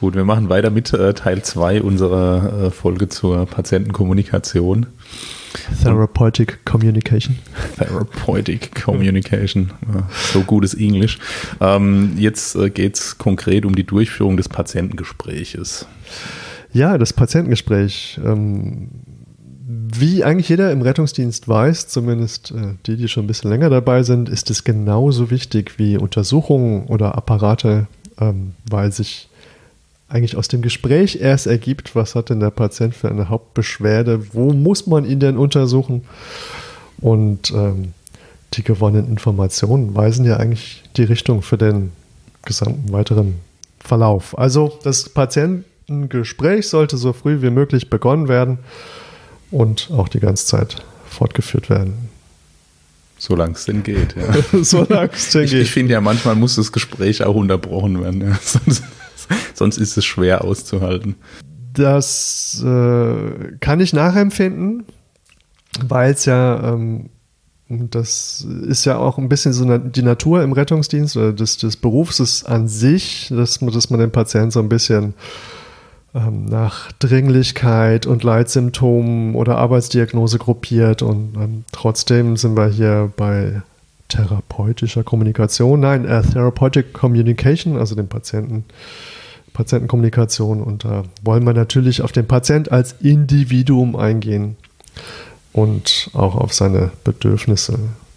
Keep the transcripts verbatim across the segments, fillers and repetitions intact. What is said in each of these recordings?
Gut, wir machen weiter mit äh, Teil zwei unserer äh, Folge zur Patientenkommunikation. Therapeutic Communication. Therapeutic Communication. Ja, so gutes Englisch. Ähm, jetzt äh, geht es konkret um die Durchführung des Patientengespräches. Ja, das Patientengespräch. Ähm, wie eigentlich jeder im Rettungsdienst weiß, zumindest äh, die, die schon ein bisschen länger dabei sind, ist es genauso wichtig wie Untersuchungen oder Apparate, ähm, weil sich eigentlich aus dem Gespräch erst ergibt, was hat denn der Patient für eine Hauptbeschwerde, wo muss man ihn denn untersuchen? Und ähm, die gewonnenen Informationen weisen ja eigentlich die Richtung für den gesamten weiteren Verlauf. Also das Patientengespräch sollte so früh wie möglich begonnen werden und auch die ganze Zeit fortgeführt werden. Solange es denn geht, ja. Solange es denn ich, geht. Ich finde ja, manchmal muss das Gespräch auch unterbrochen werden, ja. Sonst Sonst ist es schwer auszuhalten. Das äh, kann ich nachempfinden, weil es ja, ähm, das ist ja auch ein bisschen so die Natur im Rettungsdienst oder des, des Berufs an sich, dass man, dass man den Patienten so ein bisschen ähm, nach Dringlichkeit und Leitsymptomen oder Arbeitsdiagnose gruppiert und ähm, trotzdem sind wir hier bei therapeutischer Kommunikation, nein, äh, Therapeutic Communication, also dem Patienten Patientenkommunikation, und da wollen wir natürlich auf den Patient als Individuum eingehen und auch auf seine Bedürfnisse.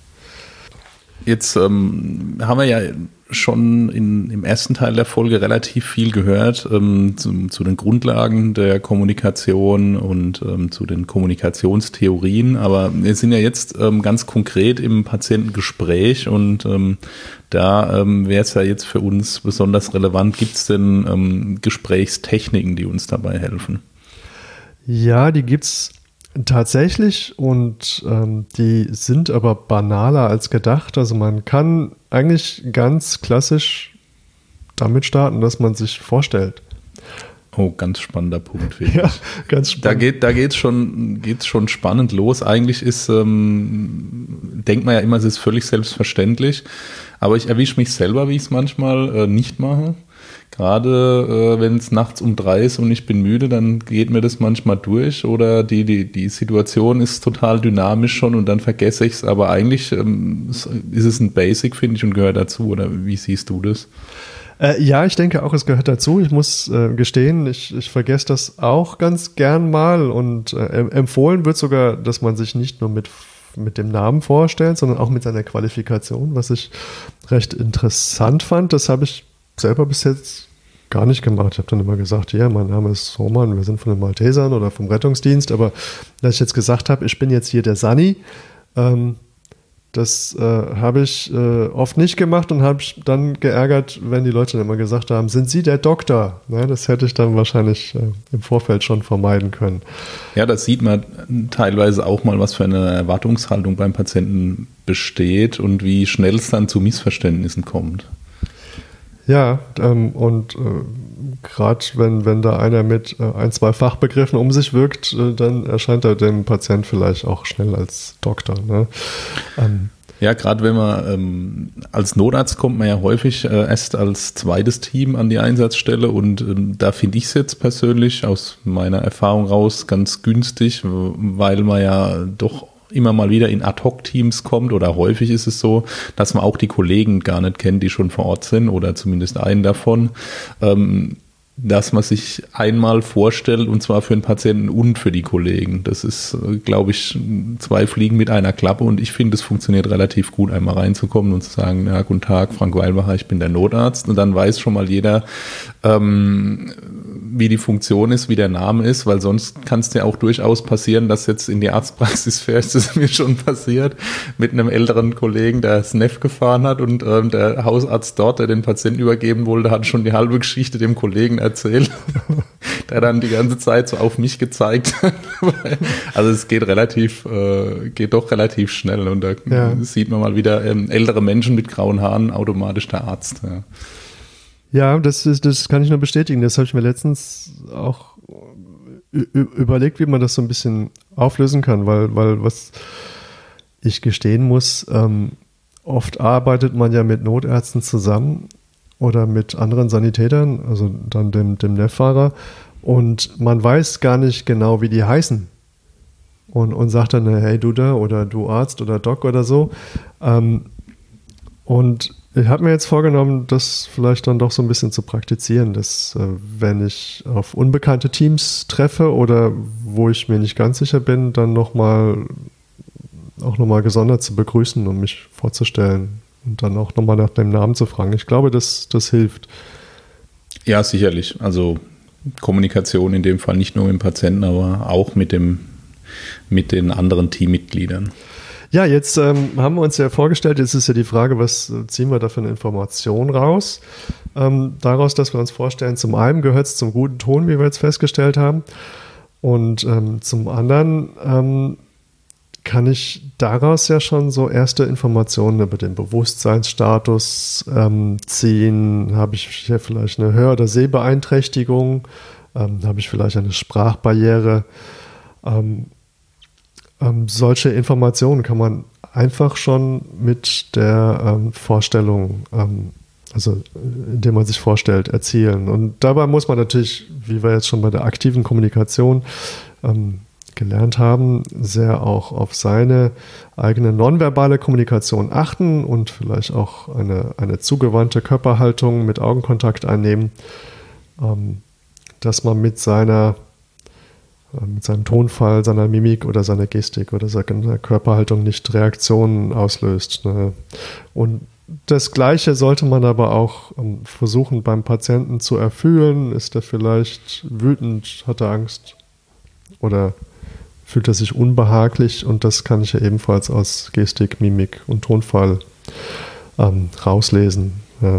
Jetzt ähm, haben wir ja schon in, im ersten Teil der Folge relativ viel gehört ähm, zu, zu den Grundlagen der Kommunikation und ähm, zu den Kommunikationstheorien, aber wir sind ja jetzt ähm, ganz konkret im Patientengespräch und ähm, da ähm, wäre es ja jetzt für uns besonders relevant. Gibt es denn ähm, Gesprächstechniken, die uns dabei helfen? Ja, die gibt es tatsächlich und ähm, die sind aber banaler als gedacht. Also man kann eigentlich ganz klassisch damit starten, dass man sich vorstellt. Oh, ganz spannender Punkt, finde ja, ich. Ganz spannend. Da geht da geht's schon, geht's schon spannend los. Eigentlich ist, ähm, denkt man ja immer, es ist völlig selbstverständlich. Aber ich erwische mich selber, wie ich es manchmal äh, nicht mache. Gerade äh, wenn es nachts um drei ist und ich bin müde, dann geht mir das manchmal durch. Oder die, die, die Situation ist total dynamisch schon und dann vergesse ich es. Aber eigentlich ähm, ist es ein Basic, finde ich, und gehört dazu. Oder wie siehst du das? Äh, ja, ich denke auch, es gehört dazu. Ich muss äh, gestehen, ich, ich vergesse das auch ganz gern mal. Und äh, empfohlen wird sogar, dass man sich nicht nur mit mit dem Namen vorstellt, sondern auch mit seiner Qualifikation, was ich recht interessant fand. Das habe ich selber bis jetzt gar nicht gemacht. Ich habe dann immer gesagt, ja, mein Name ist Roman, wir sind von den Maltesern oder vom Rettungsdienst, aber dass ich jetzt gesagt habe, ich bin jetzt hier der Sani, ähm, das äh, habe ich äh, oft nicht gemacht und habe ich dann geärgert, wenn die Leute dann immer gesagt haben, sind Sie der Doktor? Ne, das hätte ich dann wahrscheinlich äh, im Vorfeld schon vermeiden können. Ja, das sieht man teilweise auch mal, was für eine Erwartungshaltung beim Patienten besteht und wie schnell es dann zu Missverständnissen kommt. Ja, ähm, und äh, gerade wenn, wenn da einer mit äh, ein, zwei Fachbegriffen um sich wirkt, äh, dann erscheint er dem Patient vielleicht auch schnell als Doktor. Ne? Ähm, ja, gerade wenn man ähm, als Notarzt kommt man ja häufig äh, erst als zweites Team an die Einsatzstelle und ähm, da finde ich es jetzt persönlich aus meiner Erfahrung raus ganz günstig, weil man ja doch immer mal wieder in Ad-Hoc-Teams kommt oder häufig ist es so, dass man auch die Kollegen gar nicht kennt, die schon vor Ort sind oder zumindest einen davon, ähm, dass man sich einmal vorstellt und zwar für den Patienten und für die Kollegen. Das ist, glaube ich, zwei Fliegen mit einer Klappe und ich finde, es funktioniert relativ gut, einmal reinzukommen und zu sagen, ja, guten Tag, Frank Weilbacher, ich bin der Notarzt und dann weiß schon mal jeder, ähm, wie die Funktion ist, wie der Name ist, weil sonst kann es dir auch durchaus passieren, dass jetzt in die Arztpraxis fährst, das ist mir schon passiert, mit einem älteren Kollegen, der das N E F gefahren hat und ähm, der Hausarzt dort, der den Patienten übergeben wollte, hat schon die halbe Geschichte dem Kollegen erzählt, der dann die ganze Zeit so auf mich gezeigt hat. Also es geht relativ, äh, geht doch relativ schnell und da ja. sieht man mal wieder ähm, ältere Menschen mit grauen Haaren, automatisch der Arzt. Ja. Ja, das ist, das kann ich nur bestätigen. Das habe ich mir letztens auch überlegt, wie man das so ein bisschen auflösen kann, weil, weil was ich gestehen muss, ähm, oft arbeitet man ja mit Notärzten zusammen oder mit anderen Sanitätern, also dann dem, dem N E F-Fahrer, und man weiß gar nicht genau, wie die heißen. Und, und sagt dann, hey du da oder du Arzt oder Doc oder so. Ähm, und ich habe mir jetzt vorgenommen, das vielleicht dann doch so ein bisschen zu praktizieren, dass äh, wenn ich auf unbekannte Teams treffe oder wo ich mir nicht ganz sicher bin, dann nochmal auch nochmal gesondert zu begrüßen und mich vorzustellen und dann auch nochmal nach dem Namen zu fragen. Ich glaube, das, das hilft. Ja, sicherlich. Also Kommunikation in dem Fall nicht nur mit dem Patienten, aber auch mit dem, mit den anderen Teammitgliedern. Ja, jetzt ähm, haben wir uns ja vorgestellt, jetzt ist ja die Frage, was ziehen wir da für eine Information raus? Ähm, daraus, dass wir uns vorstellen, zum einen gehört es zum guten Ton, wie wir jetzt festgestellt haben, und ähm, zum anderen ähm, kann ich daraus ja schon so erste Informationen über den Bewusstseinsstatus ähm, ziehen. Habe ich hier vielleicht eine Hör- oder Sehbeeinträchtigung? Ähm, habe ich vielleicht eine Sprachbarriere? Ähm, ähm, solche Informationen kann man einfach schon mit der ähm, Vorstellung, ähm, also indem man sich vorstellt, erzielen. Und dabei muss man natürlich, wie wir jetzt schon bei der aktiven Kommunikation ähm, gelernt haben, sehr auch auf seine eigene nonverbale Kommunikation achten und vielleicht auch eine, eine zugewandte Körperhaltung mit Augenkontakt einnehmen, ähm, dass man mit seiner, äh, mit seinem Tonfall, seiner Mimik oder seiner Gestik oder seiner Körperhaltung nicht Reaktionen auslöst. Ne? Und das Gleiche sollte man aber auch ähm, versuchen beim Patienten zu erfühlen. Ist er vielleicht wütend, hat er Angst oder fühlt er sich unbehaglich, und das kann ich ja ebenfalls aus Gestik, Mimik und Tonfall ähm, rauslesen. Ja.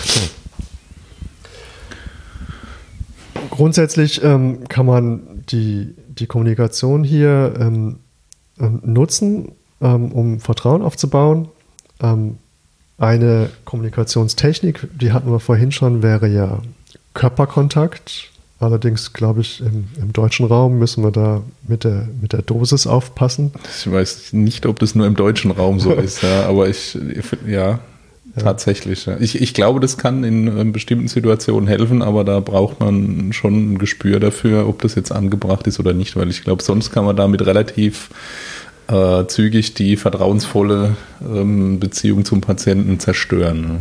Grundsätzlich ähm, kann man die, die Kommunikation hier ähm, ähm, nutzen, ähm, um Vertrauen aufzubauen. Ähm, eine Kommunikationstechnik, die hatten wir vorhin schon, wäre ja Körperkontakt. Allerdings, glaube ich, im, im deutschen Raum müssen wir da mit der, mit der Dosis aufpassen. Ich weiß nicht, ob das nur im deutschen Raum so ist, ja, aber ich, ja, ja. tatsächlich. Ja. Ich, ich glaube, das kann in, in bestimmten Situationen helfen, aber da braucht man schon ein Gespür dafür, ob das jetzt angebracht ist oder nicht, weil ich glaube, sonst kann man damit relativ äh, zügig die vertrauensvolle ähm, Beziehung zum Patienten zerstören. Ne?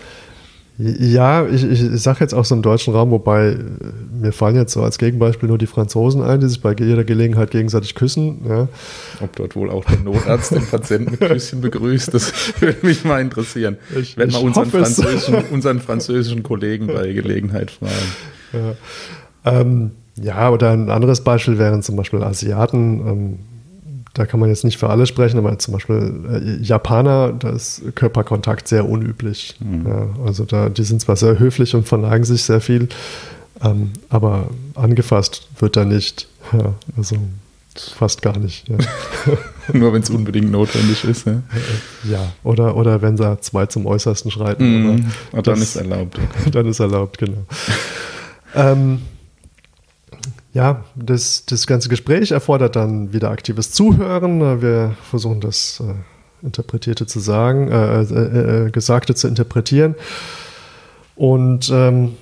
Ja, ich, ich sage jetzt auch so im deutschen Raum, wobei mir fallen jetzt so als Gegenbeispiel nur die Franzosen ein, die sich bei jeder Gelegenheit gegenseitig küssen. Ja. Ob dort wohl auch der Notarzt den Patienten mit Küsschen begrüßt, das würde mich mal interessieren. Ich werde mal unseren französischen, unseren französischen Kollegen bei Gelegenheit fragen. Ja, ähm, ja, oder ein anderes Beispiel wären zum Beispiel Asiaten. Ähm, Da kann man jetzt nicht für alle sprechen, aber zum Beispiel äh, Japaner, da ist Körperkontakt sehr unüblich. Mhm. Ja, also da, die sind zwar sehr höflich und verneigen sich sehr viel, ähm, aber angefasst wird da nicht. Ja, also fast gar nicht. Ja. Nur wenn es unbedingt notwendig ist. Ja, ja, oder, oder wenn da zwei zum Äußersten schreiten. Mhm. Und dann das, ist erlaubt. Okay. Dann ist erlaubt, genau. ähm, Ja, das, das ganze Gespräch erfordert dann wieder aktives Zuhören. Wir versuchen das äh, Interpretierte zu sagen, äh, äh, äh, Gesagte zu interpretieren. Und ähm,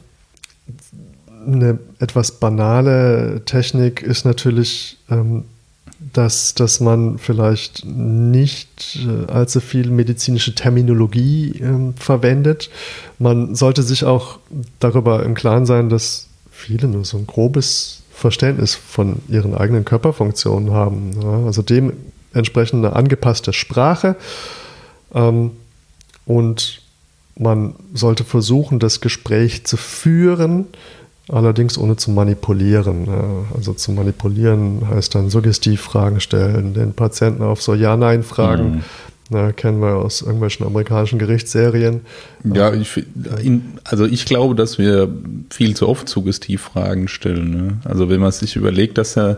eine etwas banale Technik ist natürlich, ähm, dass, dass man vielleicht nicht äh, allzu viel medizinische Terminologie äh, verwendet. Man sollte sich auch darüber im Klaren sein, dass viele nur so ein grobes Verständnis von ihren eigenen Körperfunktionen haben. Ja, also dementsprechend eine angepasste Sprache. Ähm, und man sollte versuchen, das Gespräch zu führen, allerdings ohne zu manipulieren. Ja, also zu manipulieren heißt dann Suggestivfragen stellen, den Patienten auf so Ja-Nein-Fragen. Mhm. Na, kennen wir aus irgendwelchen amerikanischen Gerichtsserien. Ja, ich, also ich glaube, dass wir viel zu oft Suggestivfragen stellen. Ne? Also wenn man sich überlegt, dass er,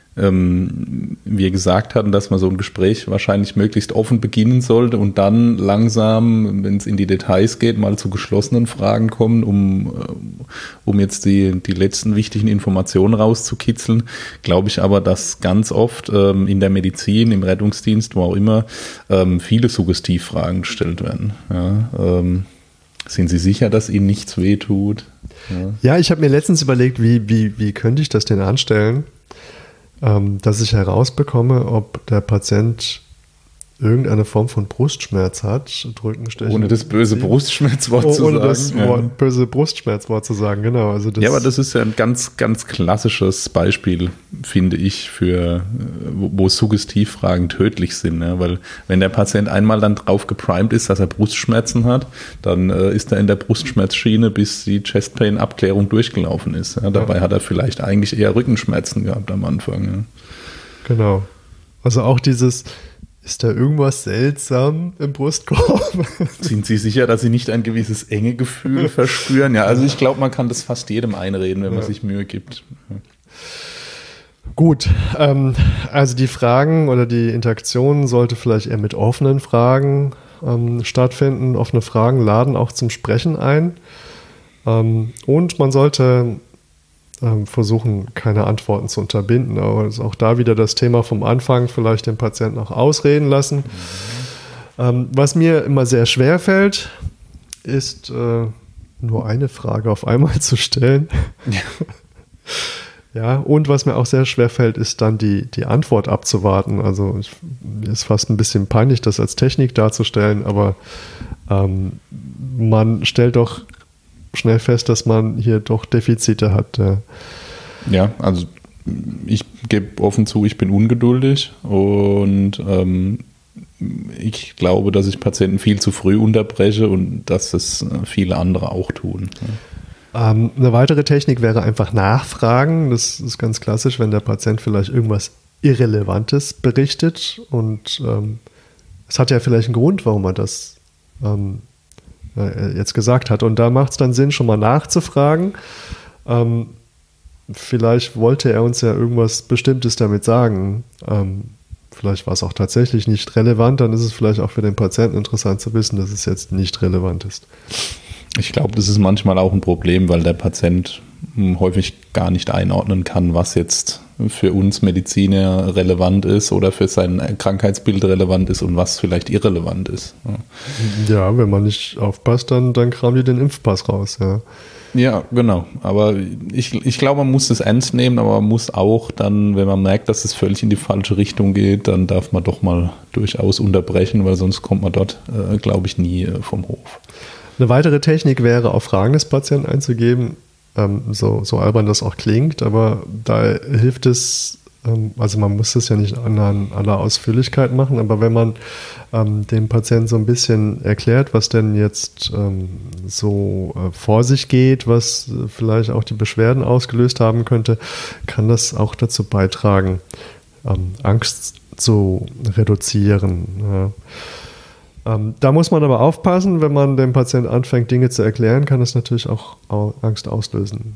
ähm, wir gesagt hatten, dass man so ein Gespräch wahrscheinlich möglichst offen beginnen sollte und dann langsam, wenn es in die Details geht, mal zu geschlossenen Fragen kommen, um, um jetzt die, die letzten wichtigen Informationen rauszukitzeln. Glaube ich aber, dass ganz oft ähm, in der Medizin, im Rettungsdienst, wo auch immer, ähm, viele Suggestivfragen gestellt werden. Ja, ähm, Sind Sie sicher, dass Ihnen nichts wehtut? Ja, ja, ich habe mir letztens überlegt, wie, wie, wie könnte ich das denn anstellen, ähm, dass ich herausbekomme, ob der Patient irgendeine Form von Brustschmerz hat, Drückenstechen. Ohne das böse Brustschmerzwort oh, zu ohne sagen. Ohne das ja. Wort, böse Brustschmerzwort zu sagen, genau. Also das ja, aber das ist ja ein ganz, ganz klassisches Beispiel, finde ich, für wo, wo Suggestivfragen tödlich sind. Ne? Weil wenn der Patient einmal dann drauf geprimed ist, dass er Brustschmerzen hat, dann äh, ist er in der Brustschmerzschiene, bis die Chest-Pain-Abklärung durchgelaufen ist. Ja? Dabei ja. hat er vielleicht eigentlich eher Rückenschmerzen gehabt am Anfang. Ja? Genau. Also auch dieses... Ist da irgendwas seltsam im Brustkorb? Sind Sie sicher, dass Sie nicht ein gewisses Engegefühl verspüren? Ja, also ich glaube, man kann das fast jedem einreden, wenn man ja. sich Mühe gibt. Gut, ähm, also die Fragen oder die Interaktion sollte vielleicht eher mit offenen Fragen ähm, stattfinden. Offene Fragen laden auch zum Sprechen ein. Ähm, und man sollte versuchen, keine Antworten zu unterbinden. Aber auch da wieder das Thema vom Anfang, vielleicht den Patienten auch ausreden lassen. Mhm. Ähm, was mir immer sehr schwer fällt, ist äh, nur eine Frage auf einmal zu stellen. Ja. Ja, und was mir auch sehr schwer fällt, ist dann die, die Antwort abzuwarten. Also ich, mir ist fast ein bisschen peinlich, das als Technik darzustellen, aber ähm, man stellt doch schnell fest, dass man hier doch Defizite hat. Ja, ja also ich gebe offen zu, ich bin ungeduldig und ähm, ich glaube, dass ich Patienten viel zu früh unterbreche und dass das viele andere auch tun. Ja. Ähm, eine weitere Technik wäre einfach nachfragen. Das ist ganz klassisch, wenn der Patient vielleicht irgendwas Irrelevantes berichtet und ähm, es hat ja vielleicht einen Grund, warum er das ähm, jetzt gesagt hat. Und da macht es dann Sinn, schon mal nachzufragen. Ähm, vielleicht wollte er uns ja irgendwas Bestimmtes damit sagen. Ähm, vielleicht war es auch tatsächlich nicht relevant. Dann ist es vielleicht auch für den Patienten interessant zu wissen, dass es jetzt nicht relevant ist. Ich glaube, das ist manchmal auch ein Problem, weil der Patient häufig gar nicht einordnen kann, was jetzt für uns Mediziner relevant ist oder für sein Krankheitsbild relevant ist und was vielleicht irrelevant ist. Ja, ja, wenn man nicht aufpasst, dann, dann kramen die den Impfpass raus. Ja, ja genau. Aber ich, ich glaube, man muss das ernst nehmen, aber man muss auch dann, wenn man merkt, dass es völlig in die falsche Richtung geht, dann darf man doch mal durchaus unterbrechen, weil sonst kommt man dort, äh, glaube ich, nie äh, vom Hof. Eine weitere Technik wäre, auf Fragen des Patienten einzugeben. Ähm, so, so albern das auch klingt, aber da hilft es, ähm, also man muss das ja nicht an aller Ausführlichkeit machen, aber wenn man ähm, dem Patienten so ein bisschen erklärt, was denn jetzt ähm, so äh, vor sich geht, was äh, vielleicht auch die Beschwerden ausgelöst haben könnte, kann das auch dazu beitragen, ähm, Angst zu reduzieren. Ja. Da muss man aber aufpassen, wenn man dem Patienten anfängt, Dinge zu erklären, kann das natürlich auch Angst auslösen.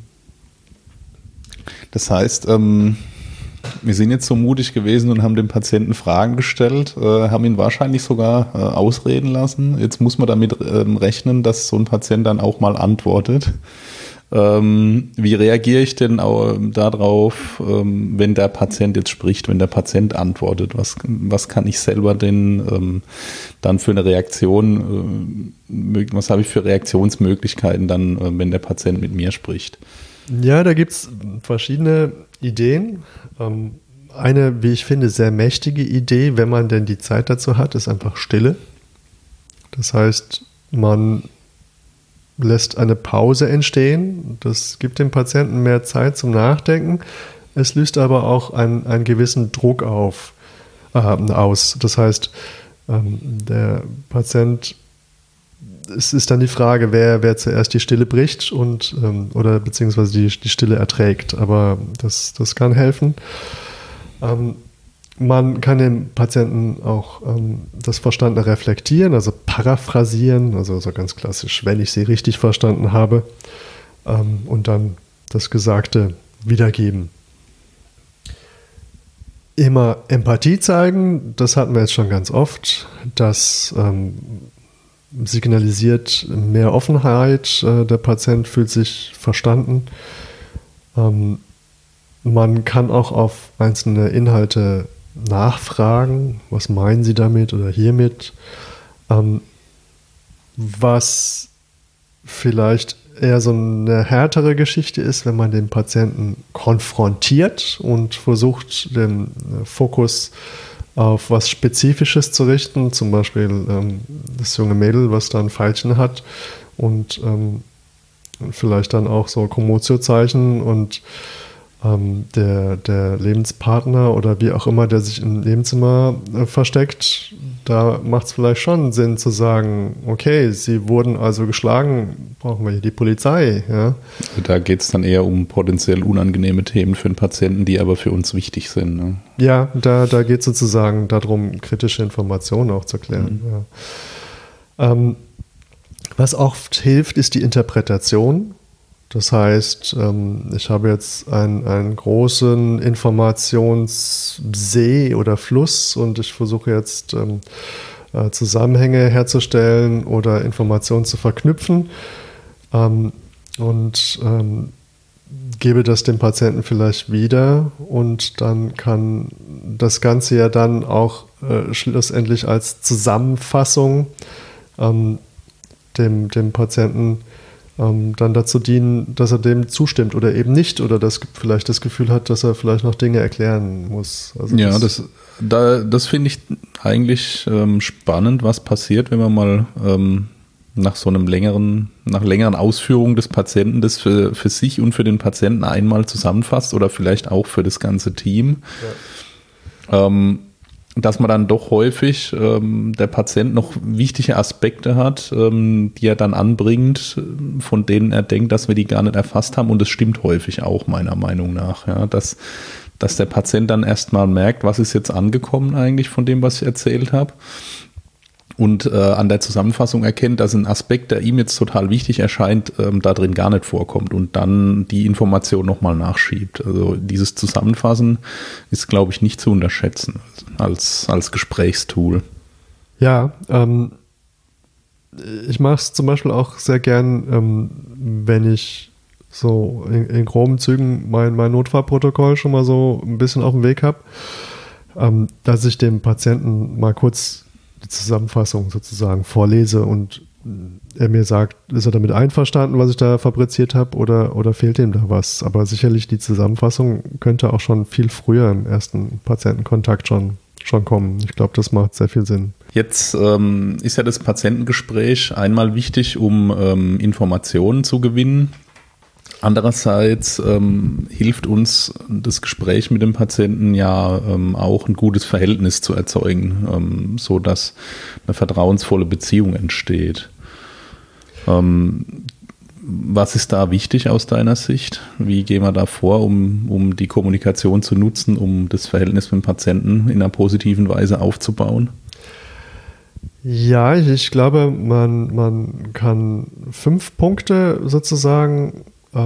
Das heißt, ähm, wir sind jetzt so mutig gewesen und haben dem Patienten Fragen gestellt, äh, haben ihn wahrscheinlich sogar äh, ausreden lassen. Jetzt muss man damit ähm, rechnen, dass so ein Patient dann auch mal antwortet. Ähm, wie reagiere ich denn auch darauf, ähm, wenn der Patient jetzt spricht, wenn der Patient antwortet? Was, was kann ich selber denn ähm, dann für eine Reaktion, äh, was habe ich für Reaktionsmöglichkeiten dann, äh, wenn der Patient mit mir spricht? Ja, da gibt es verschiedene Ideen. Ähm, eine, wie ich finde, sehr mächtige Idee, wenn man denn die Zeit dazu hat, ist einfach Stille. Das heißt, man lässt eine Pause entstehen. Das gibt dem Patienten mehr Zeit zum Nachdenken. Es löst aber auch einen, einen gewissen Druck auf, äh, aus. Das heißt, ähm, der Patient, es ist dann die Frage, wer, wer zuerst die Stille bricht und, ähm, oder beziehungsweise die, die Stille erträgt. Aber das, das kann helfen. Ähm, Man kann dem Patienten auch ähm, das Verstandene reflektieren, also paraphrasieren, also so ganz klassisch, wenn ich sie richtig verstanden habe, ähm, und dann das Gesagte wiedergeben. Immer Empathie zeigen, das hatten wir jetzt schon ganz oft, das ähm, signalisiert mehr Offenheit, äh, der Patient fühlt sich verstanden. Ähm, man kann auch auf einzelne Inhalte nachfragen, was meinen Sie damit oder hiermit. Ähm, was vielleicht eher so eine härtere Geschichte ist, wenn man den Patienten konfrontiert und versucht, den Fokus auf was Spezifisches zu richten, zum Beispiel ähm, das junge Mädel, was da ein Pfeilchen hat und ähm, vielleicht dann auch so Kommotiozeichen und ähm, der, der Lebenspartner oder wie auch immer, der sich im Nebenzimmer äh, versteckt, da macht es vielleicht schon Sinn zu sagen, okay, sie wurden also geschlagen, brauchen wir hier die Polizei. Ja? Da geht es dann eher um potenziell unangenehme Themen für den Patienten, die aber für uns wichtig sind. Ne? Ja, da, da geht es sozusagen darum, kritische Informationen auch zu klären. Mhm. Ja. Ähm, was oft hilft, ist die Interpretation. Das heißt, ich habe jetzt einen, einen großen Informationssee oder Fluss und ich versuche jetzt ähm, Zusammenhänge herzustellen oder Informationen zu verknüpfen ähm, und ähm, gebe das dem Patienten vielleicht wieder und dann kann das Ganze ja dann auch äh, schlussendlich als Zusammenfassung ähm, dem, dem Patienten ähm, dann dazu dienen, dass er dem zustimmt oder eben nicht oder das vielleicht das Gefühl hat, dass er vielleicht noch Dinge erklären muss. Also ja, das, das, da, das finde ich eigentlich ähm, spannend, was passiert, wenn man mal ähm, nach so einem längeren, nach längeren Ausführungen des Patienten das für, für sich und für den Patienten einmal zusammenfasst oder vielleicht auch für das ganze Team. Ja. Ähm, dass man dann doch häufig ähm, der Patient noch wichtige Aspekte hat, ähm, die er dann anbringt, von denen er denkt, dass wir die gar nicht erfasst haben. Und das stimmt häufig auch meiner Meinung nach, ja, dass, dass der Patient dann erstmal merkt, was ist jetzt angekommen eigentlich von dem, was ich erzählt habe. Und äh, an der Zusammenfassung erkennt, dass ein Aspekt, der ihm jetzt total wichtig erscheint, ähm, da drin gar nicht vorkommt und dann die Information nochmal nachschiebt. Also dieses Zusammenfassen ist, glaube ich, nicht zu unterschätzen als, als Gesprächstool. Ja, ähm, ich mache es zum Beispiel auch sehr gern, ähm, wenn ich so in, in groben Zügen mein, mein Notfallprotokoll schon mal so ein bisschen auf dem Weg habe, ähm, dass ich dem Patienten mal kurz die Zusammenfassung sozusagen vorlese und er mir sagt, ist er damit einverstanden, was ich da fabriziert habe oder, oder fehlt ihm da was? Aber sicherlich die Zusammenfassung könnte auch schon viel früher im ersten Patientenkontakt schon, schon kommen. Ich glaube, das macht sehr viel Sinn. Jetzt ähm, ist ja das Patientengespräch einmal wichtig, um ähm, Informationen zu gewinnen. Andererseits ähm, hilft uns das Gespräch mit dem Patienten ja ähm, auch ein gutes Verhältnis zu erzeugen, ähm, so dass eine vertrauensvolle Beziehung entsteht. Ähm, was ist da wichtig aus deiner Sicht? Wie gehen wir da vor, um, um die Kommunikation zu nutzen, um das Verhältnis mit dem Patienten in einer positiven Weise aufzubauen? Ja, ich glaube, man, man kann fünf Punkte sozusagen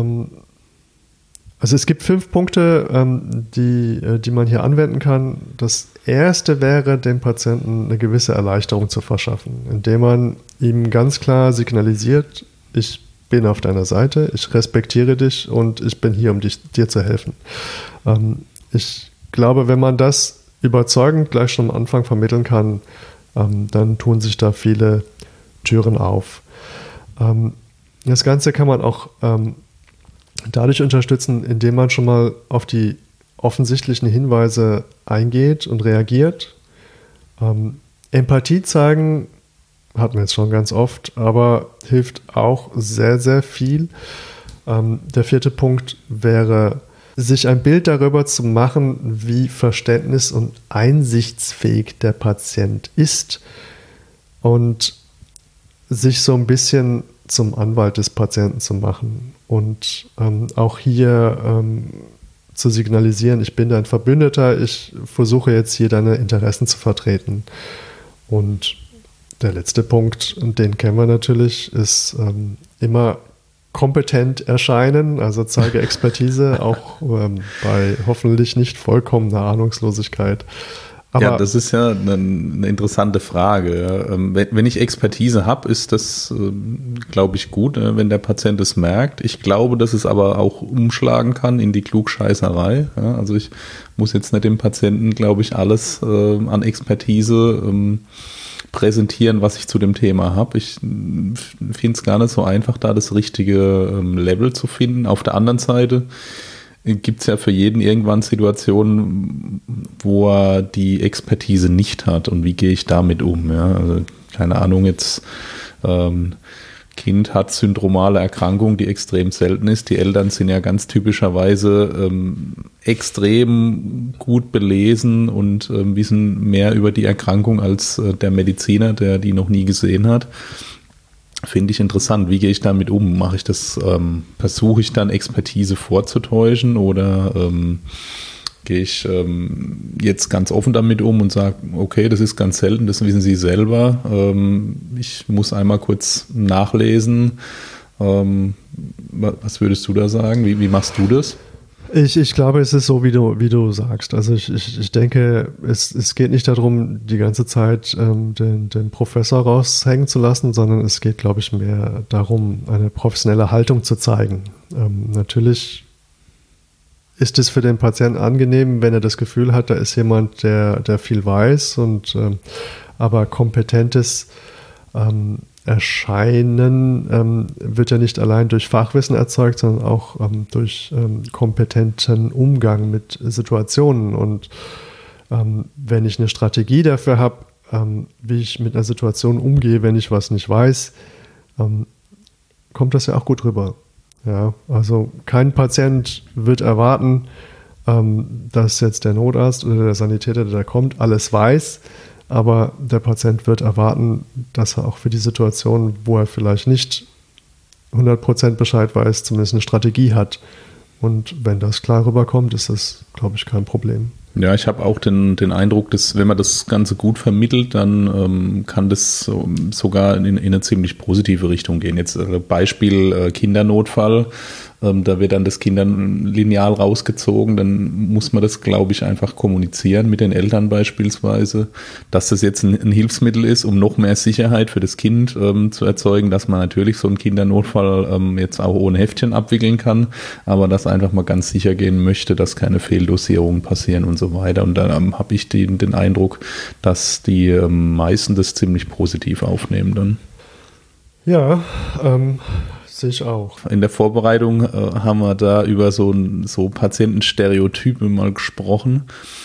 also es gibt fünf Punkte, die, die man hier anwenden kann. Das erste wäre, dem Patienten eine gewisse Erleichterung zu verschaffen, indem man ihm ganz klar signalisiert, ich bin auf deiner Seite, ich respektiere dich und ich bin hier, um dich, dir zu helfen. Ich glaube, wenn man das überzeugend gleich schon am Anfang vermitteln kann, dann tun sich da viele Türen auf. Das Ganze kann man auch dadurch unterstützen, indem man schon mal auf die offensichtlichen Hinweise eingeht und reagiert. Ähm, Empathie zeigen hatten wir jetzt schon ganz oft, aber hilft auch sehr, sehr viel. Ähm, der vierte Punkt wäre, sich ein Bild darüber zu machen, wie verständnis- und einsichtsfähig der Patient ist und sich so ein bisschen zum Anwalt des Patienten zu machen und ähm, auch hier ähm, zu signalisieren, ich bin dein Verbündeter, ich versuche jetzt hier deine Interessen zu vertreten. Und der letzte Punkt, den kennen wir natürlich, ist ähm, immer kompetent erscheinen, also zeige Expertise, auch ähm, bei hoffentlich nicht vollkommener Ahnungslosigkeit. Aber ja, das ist ja eine, eine interessante Frage. Wenn, wenn ich Expertise habe, ist das, glaube ich, gut, wenn der Patient es merkt. Ich glaube, dass es aber auch umschlagen kann in die Klugscheißerei. Ja, also ich muss jetzt nicht dem Patienten, glaube ich, alles äh, an Expertise ähm, präsentieren, was ich zu dem Thema habe. Ich finde es gar nicht so einfach, da das richtige ähm, Level zu finden. Auf der anderen Seite gibt es ja für jeden irgendwann Situationen, wo er die Expertise nicht hat und wie gehe ich damit um. Ja? Also, keine Ahnung, jetzt ähm, Kind hat syndromale Erkrankung, die extrem selten ist. Die Eltern sind ja ganz typischerweise ähm, extrem gut belesen und ähm, wissen mehr über die Erkrankung als äh, der Mediziner, der die noch nie gesehen hat. Finde ich interessant. Wie gehe ich damit um? Mache ich das, ähm, versuche ich dann Expertise vorzutäuschen oder ähm, gehe ich ähm, jetzt ganz offen damit um und sage, okay, das ist ganz selten, das wissen Sie selber. Ähm, ich muss einmal kurz nachlesen. Ähm, was würdest du da sagen? Wie, wie machst du das? Ich, ich glaube, es ist so, wie du, wie du sagst. Also ich, ich, ich denke, es, es geht nicht darum, die ganze Zeit ähm, den, den Professor raushängen zu lassen, sondern es geht, glaube ich, mehr darum, eine professionelle Haltung zu zeigen. Ähm, natürlich ist es für den Patienten angenehm, wenn er das Gefühl hat, da ist jemand, der, der viel weiß und ähm, aber kompetentes ähm, Erscheinen ähm, wird ja nicht allein durch Fachwissen erzeugt, sondern auch ähm, durch ähm, kompetenten Umgang mit Situationen. Und ähm, wenn ich eine Strategie dafür habe, ähm, wie ich mit einer Situation umgehe, wenn ich was nicht weiß, ähm, kommt das ja auch gut rüber. Ja, also kein Patient wird erwarten, ähm, dass jetzt der Notarzt oder der Sanitäter, der da kommt, alles weiß. Aber der Patient wird erwarten, dass er auch für die Situation, wo er vielleicht nicht hundert Prozent Bescheid weiß, zumindest eine Strategie hat. Und wenn das klar rüberkommt, ist das, glaube ich, kein Problem. Ja, ich habe auch den, den Eindruck, dass wenn man das Ganze gut vermittelt, dann ähm, kann das so, sogar in, in eine ziemlich positive Richtung gehen. Jetzt äh, Beispiel äh, Kindernotfall, ähm, da wird dann das Kinderlineal rausgezogen, dann muss man das, glaube ich, einfach kommunizieren mit den Eltern beispielsweise, dass das jetzt ein, ein Hilfsmittel ist, um noch mehr Sicherheit für das Kind ähm, zu erzeugen, dass man natürlich so einen Kindernotfall ähm, jetzt auch ohne Heftchen abwickeln kann, aber dass einfach mal ganz sicher gehen möchte, dass keine Fehldosierungen passieren und so weiter. Und dann ähm, habe ich den, den Eindruck, dass die ähm, meisten das ziemlich positiv aufnehmen dann. Ja, ähm, sehe ich auch. In der Vorbereitung äh, haben wir da über so, so Patientenstereotype mal gesprochen.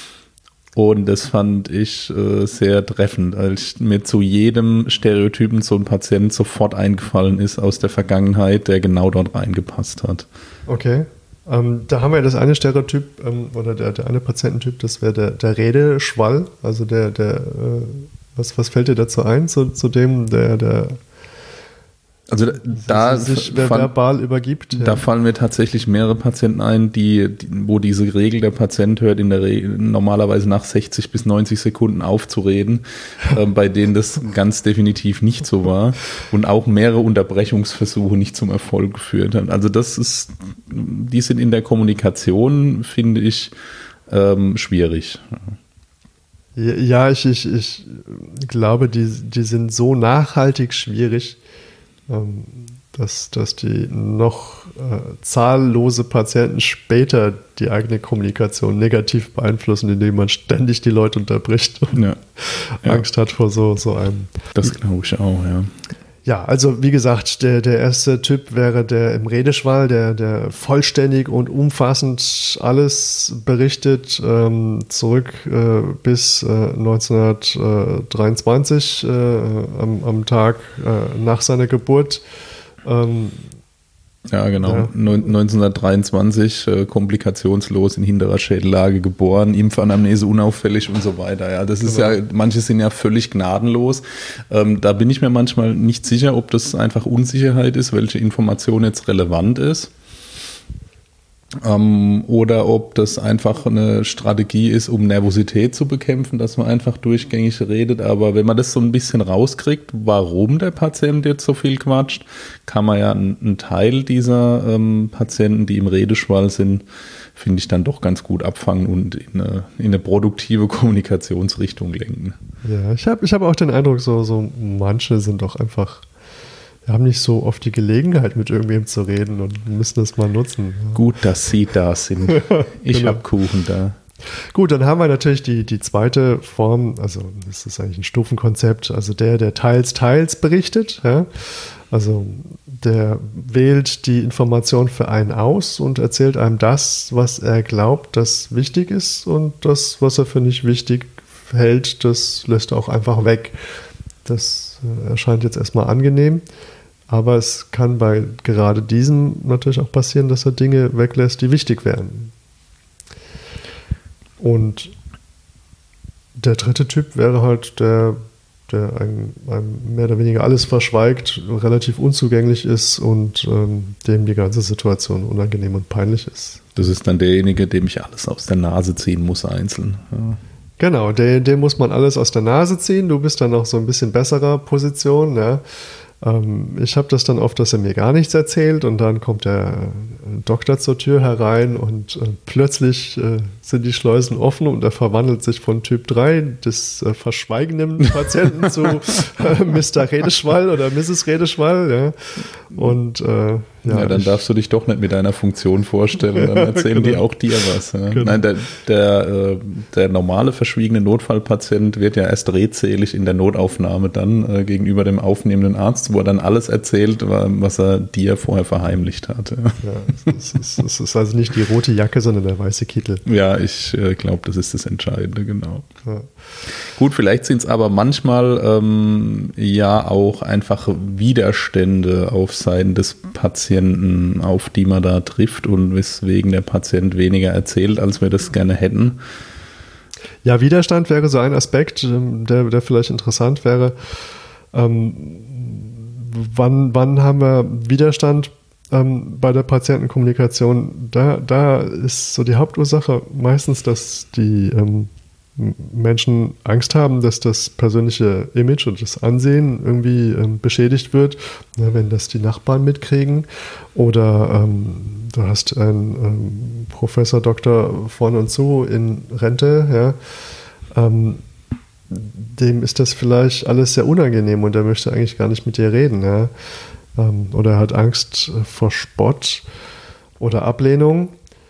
Und das fand ich äh, sehr treffend, als mir zu jedem Stereotypen so ein Patient sofort eingefallen ist aus der Vergangenheit, der genau dort reingepasst hat. Okay. Ähm, da haben wir das eine Stereotyp ähm, oder der, der eine Patiententyp, das wäre der, der Redeschwall, also der, der äh, was, was fällt dir dazu ein, zu, zu dem, der, der Also da sich fall, verbal übergibt. Da ja. fallen mir tatsächlich mehrere Patienten ein, die, die wo diese Regel, der Patient hört in der Regel normalerweise nach sechzig bis neunzig Sekunden aufzureden, äh, bei denen das ganz definitiv nicht so war und auch mehrere Unterbrechungsversuche nicht zum Erfolg geführt haben. Also das ist, die sind in der Kommunikation, finde ich, ähm, schwierig. Ja, ich, ich, ich glaube, die, die sind so nachhaltig schwierig, dass, dass die noch äh, zahllose Patienten später die eigene Kommunikation negativ beeinflussen, indem man ständig die Leute unterbricht und ja. Ja. Angst hat vor so, so einem. Das glaube ich auch, ja. Ja, also wie gesagt, der, der erste Typ wäre der im Redeschwall, der, der vollständig und umfassend alles berichtet, ähm, zurück äh, bis äh, neunzehnhundertdreiundzwanzig, äh, am, am Tag äh, nach seiner Geburt. Ähm, Ja, genau. Ja. neunzehnhundertdreiundzwanzig, äh, komplikationslos in hinterer Schädellage geboren, Impfanamnese unauffällig und so weiter. Ja, das ist Genau. ja, manche sind ja völlig gnadenlos. Ähm, da bin ich mir manchmal nicht sicher, ob das einfach Unsicherheit ist, welche Information jetzt relevant ist. Ähm, oder ob das einfach eine Strategie ist, um Nervosität zu bekämpfen, dass man einfach durchgängig redet. Aber wenn man das so ein bisschen rauskriegt, warum der Patient jetzt so viel quatscht, kann man ja einen, einen Teil dieser ähm, Patienten, die im Redeschwall sind, finde ich dann doch ganz gut abfangen und in eine, in eine produktive Kommunikationsrichtung lenken. Ja, ich habe ich hab auch den Eindruck, so, so manche sind doch einfach, wir haben nicht so oft die Gelegenheit, mit irgendwem zu reden und müssen das mal nutzen. Ja. Gut, dass Sie da sind. Ich Genau. habe Kuchen da. Gut, dann haben wir natürlich die, die zweite Form, also das ist eigentlich ein Stufenkonzept, also der, der teils, teils berichtet. Ja? Also der wählt die Information für einen aus und erzählt einem das, was er glaubt, das wichtig ist, und das, was er für nicht wichtig hält, das lässt er auch einfach weg. Das äh, erscheint jetzt erstmal angenehm, aber es kann bei gerade diesem natürlich auch passieren, dass er Dinge weglässt, die wichtig wären. Und der dritte Typ wäre halt der, der einem, einem mehr oder weniger alles verschweigt, relativ unzugänglich ist und ähm, dem die ganze Situation unangenehm und peinlich ist. Das ist dann derjenige, dem ich alles aus der Nase ziehen muss, einzeln. Ja. Genau, dem, dem muss man alles aus der Nase ziehen. Du bist dann noch so ein bisschen besserer Position. Ja. Ähm, ich habe das dann oft, dass er mir gar nichts erzählt, und dann kommt der Doktor zur Tür herein und äh, plötzlich äh, sind die Schleusen offen und er verwandelt sich von Typ drei des äh, verschweigenden Patienten zu äh, Mister Redeschwall oder Misses Redeschwall. Ja. Und äh, ja, ja, dann ich, darfst du dich doch nicht mit deiner Funktion vorstellen, dann erzählen genau. die auch dir was. Ja. Genau. Nein, der, der, der normale verschwiegene Notfallpatient wird ja erst redselig in der Notaufnahme dann äh, gegenüber dem aufnehmenden Arzt, wo er dann alles erzählt, was er dir vorher verheimlicht hat. Ja, ja es, ist, es ist also nicht die rote Jacke, sondern der weiße Kittel. Ja, ich äh, glaube, das ist das Entscheidende, genau. Ja. Gut, vielleicht sind es aber manchmal ähm, ja auch einfach Widerstände auf Seiten des Patienten, auf die man da trifft und weswegen der Patient weniger erzählt, als wir das gerne hätten. Ja, Widerstand wäre so ein Aspekt, der, der vielleicht interessant wäre. Ähm, wann, wann haben wir Widerstand ähm, bei der Patientenkommunikation? Da, da ist so die Hauptursache meistens, dass die ähm, Menschen Angst haben, dass das persönliche Image und das Ansehen irgendwie ähm, beschädigt wird, ne, wenn das die Nachbarn mitkriegen. Oder ähm, du hast einen ähm, Professor Doktor von und zu in Rente, ja, ähm, dem ist das vielleicht alles sehr unangenehm und der möchte eigentlich gar nicht mit dir reden. Ja. Ähm, oder er hat Angst vor Spott oder Ablehnung.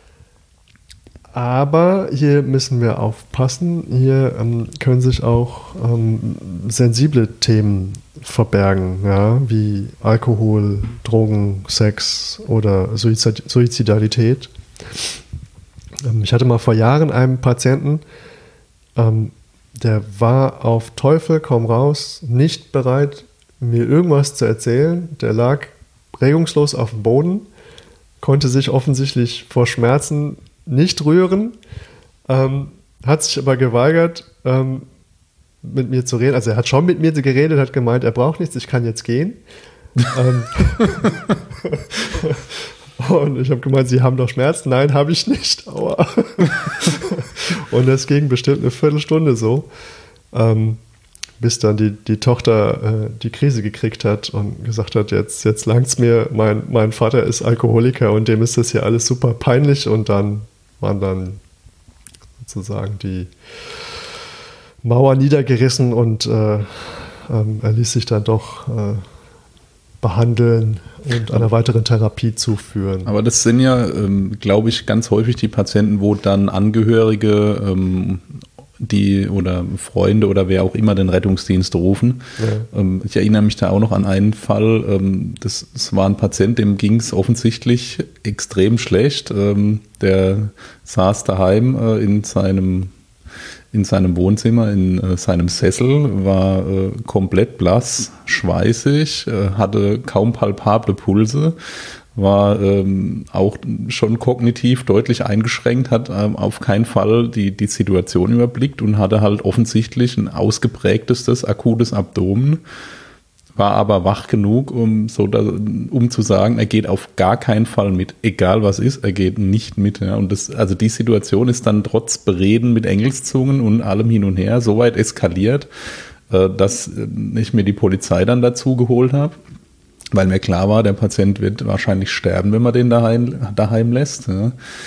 Aber hier müssen wir aufpassen, hier ähm, können sich auch ähm, sensible Themen verbergen, ja, wie Alkohol, Drogen, Sex oder Suizid- Suizidalität. Ähm, ich hatte mal vor Jahren einen Patienten, ähm, der war auf Teufel komm raus, nicht bereit, mir irgendwas zu erzählen. Der lag regungslos auf dem Boden, konnte sich offensichtlich vor Schmerzen nicht rühren, ähm, hat sich aber geweigert, ähm, mit mir zu reden. Also er hat schon mit mir geredet, hat gemeint, er braucht nichts, ich kann jetzt gehen. ähm, und ich habe gemeint, Sie haben doch Schmerzen? Nein, habe ich nicht. Aua. Und das ging bestimmt eine Viertelstunde so, ähm, bis dann die, die Tochter äh, die Krise gekriegt hat und gesagt hat, jetzt, jetzt langt's mir, mein, mein Vater ist Alkoholiker und dem ist das hier alles super peinlich, und dann waren dann sozusagen die Mauer niedergerissen und äh, ähm, er ließ sich dann doch äh, behandeln und einer weiteren Therapie zuführen. Aber das sind ja, ähm, glaube ich, ganz häufig die Patienten, wo dann Angehörige ähm, die oder Freunde oder wer auch immer den Rettungsdienst rufen. Ja. Ähm, ich erinnere mich da auch noch an einen Fall, ähm, das, das war ein Patient, dem ging es offensichtlich extrem schlecht. Ähm, der saß daheim äh, in seinem in seinem Wohnzimmer, in äh, seinem Sessel, war äh, komplett blass, schweißig, äh, hatte kaum palpable Pulse, war ähm, auch schon kognitiv deutlich eingeschränkt, hat ähm, auf keinen Fall die, die Situation überblickt und hatte halt offensichtlich ein ausgeprägtestes akutes Abdomen, war aber wach genug, um, so da, um zu sagen, er geht auf gar keinen Fall mit, egal was ist, er geht nicht mit. Ja. Und das, also die Situation ist dann trotz Bereden mit Engelszungen und allem hin und her so weit eskaliert, äh, dass ich mir die Polizei dann dazu geholt habe, weil mir klar war, der Patient wird wahrscheinlich sterben, wenn man den daheim, daheim lässt. Ja.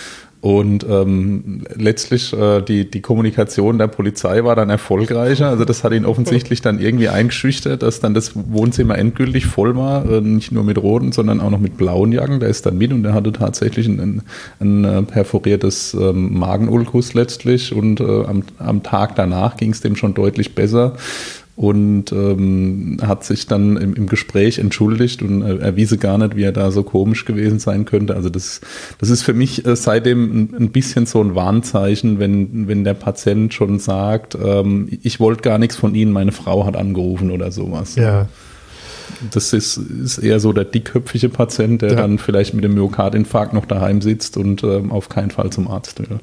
Und ähm, letztlich äh, die, die Kommunikation der Polizei war dann erfolgreicher. Also das hat ihn offensichtlich dann irgendwie eingeschüchtert, dass dann das Wohnzimmer endgültig voll war. Äh, nicht nur mit roten, sondern auch noch mit blauen Jacken. Der ist dann mit und der hatte tatsächlich ein, ein, ein äh, perforiertes ähm, Magenulkus letztlich. Und äh, am, am Tag danach ging es dem schon deutlich besser. Und ähm, hat sich dann im, im Gespräch entschuldigt und äh, er wiese gar nicht, wie er da so komisch gewesen sein könnte. Also das, das ist für mich äh, seitdem ein, ein bisschen so ein Warnzeichen, wenn, wenn der Patient schon sagt, ähm, ich wollte gar nichts von Ihnen, meine Frau hat angerufen oder sowas. Ja. Das ist, ist eher so der dickköpfige Patient, der ja. dann vielleicht mit dem Myokardinfarkt noch daheim sitzt und ähm, auf keinen Fall zum Arzt will.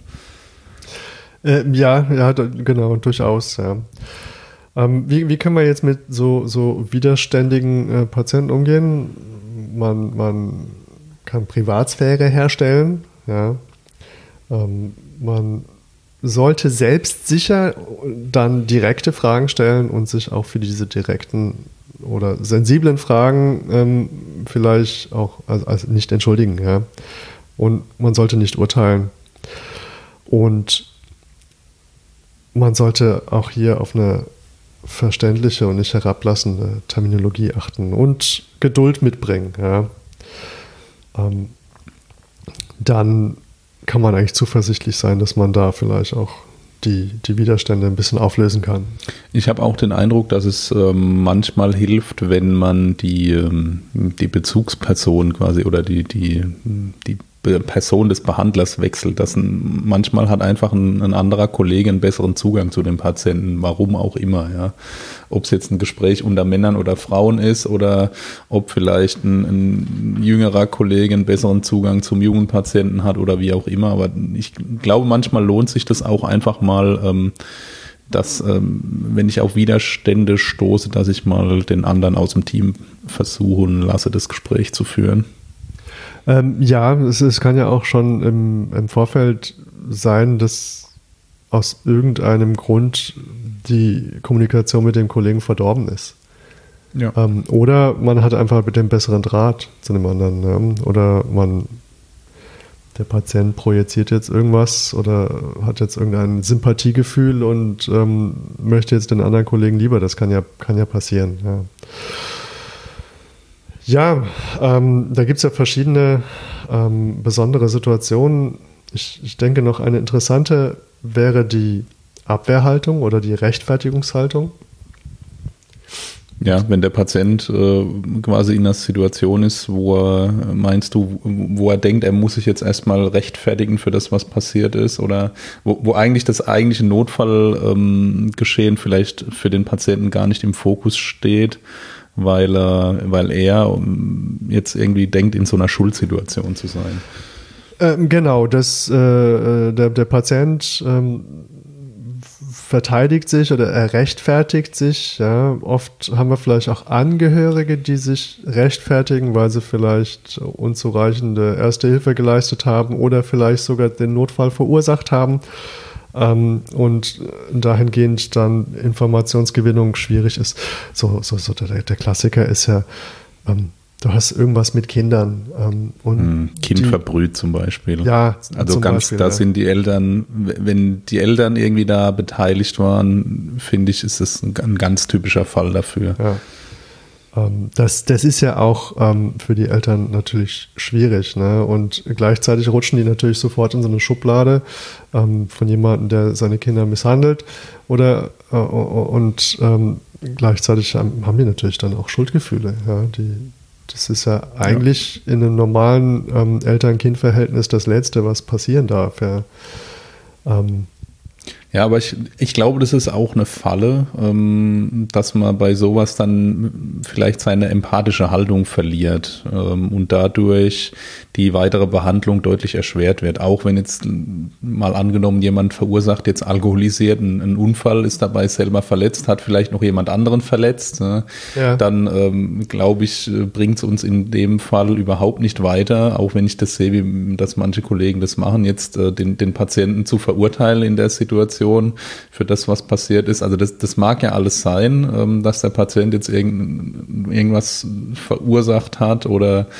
Äh, ja, ja, da, genau, durchaus, ja. Ähm, wie, wie können wir jetzt mit so, so widerständigen äh, Patienten umgehen? Man, man kann Privatsphäre herstellen. Ja. Ähm, man sollte selbstsicher dann direkte Fragen stellen und sich auch für diese direkten oder sensiblen Fragen ähm, vielleicht auch also, also nicht entschuldigen. Ja. Und man sollte nicht urteilen. Und man sollte auch hier auf eine verständliche und nicht herablassende Terminologie achten und Geduld mitbringen. Ja. Ähm, dann kann man eigentlich zuversichtlich sein, dass man da vielleicht auch die, die Widerstände ein bisschen auflösen kann. Ich habe auch den Eindruck, dass es ähm, manchmal hilft, wenn man die, ähm, die Bezugsperson quasi oder die, die, die Person des Behandlers wechselt. Das ein, manchmal hat einfach ein, ein anderer Kollege einen besseren Zugang zu dem Patienten, warum auch immer. Ja. Ob es jetzt ein Gespräch unter Männern oder Frauen ist oder ob vielleicht ein, ein jüngerer Kollege einen besseren Zugang zum jungen Patienten hat oder wie auch immer. Aber ich glaube, manchmal lohnt sich das auch einfach mal, ähm, dass, ähm, wenn ich auf Widerstände stoße, dass ich mal den anderen aus dem Team versuchen lasse, das Gespräch zu führen. Ähm, ja, es, es kann ja auch schon im, im Vorfeld sein, dass aus irgendeinem Grund die Kommunikation mit dem Kollegen verdorben ist. Ja. Ähm, oder man hat einfach mit dem besseren Draht zu dem anderen. Ja? Oder man, der Patient projiziert jetzt irgendwas oder hat jetzt irgendein Sympathiegefühl und ähm, möchte jetzt den anderen Kollegen lieber. Das kann ja, kann ja passieren. Ja. Ja, ähm, da gibt es ja verschiedene ähm, besondere Situationen. Ich, ich denke, noch eine interessante wäre die Abwehrhaltung oder die Rechtfertigungshaltung. Ja, wenn der Patient äh, quasi in einer Situation ist, wo er, meinst du, wo er denkt, er muss sich jetzt erstmal rechtfertigen für das, was passiert ist, oder wo, wo eigentlich das eigentliche Notfallgeschehen ähm, vielleicht für den Patienten gar nicht im Fokus steht, weil er, weil er jetzt irgendwie denkt, in so einer Schuldsituation zu sein. Ähm, genau, das, äh, der, der Patient ähm, verteidigt sich oder er rechtfertigt sich. Ja. Oft haben wir vielleicht auch Angehörige, die sich rechtfertigen, weil sie vielleicht unzureichende Erste Hilfe geleistet haben oder vielleicht sogar den Notfall verursacht haben. Ähm, und dahingehend dann Informationsgewinnung schwierig ist. So, so, so der, der Klassiker ist ja, ähm, du hast irgendwas mit Kindern. Ähm, und Kind die, verbrüht zum Beispiel. Ja, also zum ganz, Beispiel, da ja. sind die Eltern, wenn die Eltern irgendwie da beteiligt waren, finde ich, ist das ein, ein ganz typischer Fall dafür. Ja. Das, das ist ja auch ähm, für die Eltern natürlich schwierig, ne? Und gleichzeitig rutschen die natürlich sofort in so eine Schublade ähm, von jemandem, der seine Kinder misshandelt oder äh, und ähm, gleichzeitig haben, haben die natürlich dann auch Schuldgefühle. Ja? Die, das ist ja eigentlich ja. in einem normalen ähm, Eltern-Kind-Verhältnis das Letzte, was passieren darf. Ja. Ähm, Ja, aber ich, ich glaube, das ist auch eine Falle, ähm, dass man bei sowas dann vielleicht seine empathische Haltung verliert ähm, und dadurch die weitere Behandlung deutlich erschwert wird. Auch wenn jetzt mal angenommen, jemand verursacht jetzt alkoholisiert einen, einen Unfall, ist dabei selber verletzt, hat vielleicht noch jemand anderen verletzt, ne? Ja. Dann ähm, glaube ich, bringt es uns in dem Fall überhaupt nicht weiter, auch wenn ich das sehe, wie dass manche Kollegen das machen, jetzt äh, den, den Patienten zu verurteilen in der Situation für das, was passiert ist. Also das, das mag ja alles sein, ähm, dass der Patient jetzt irgend, irgendwas verursacht hat oder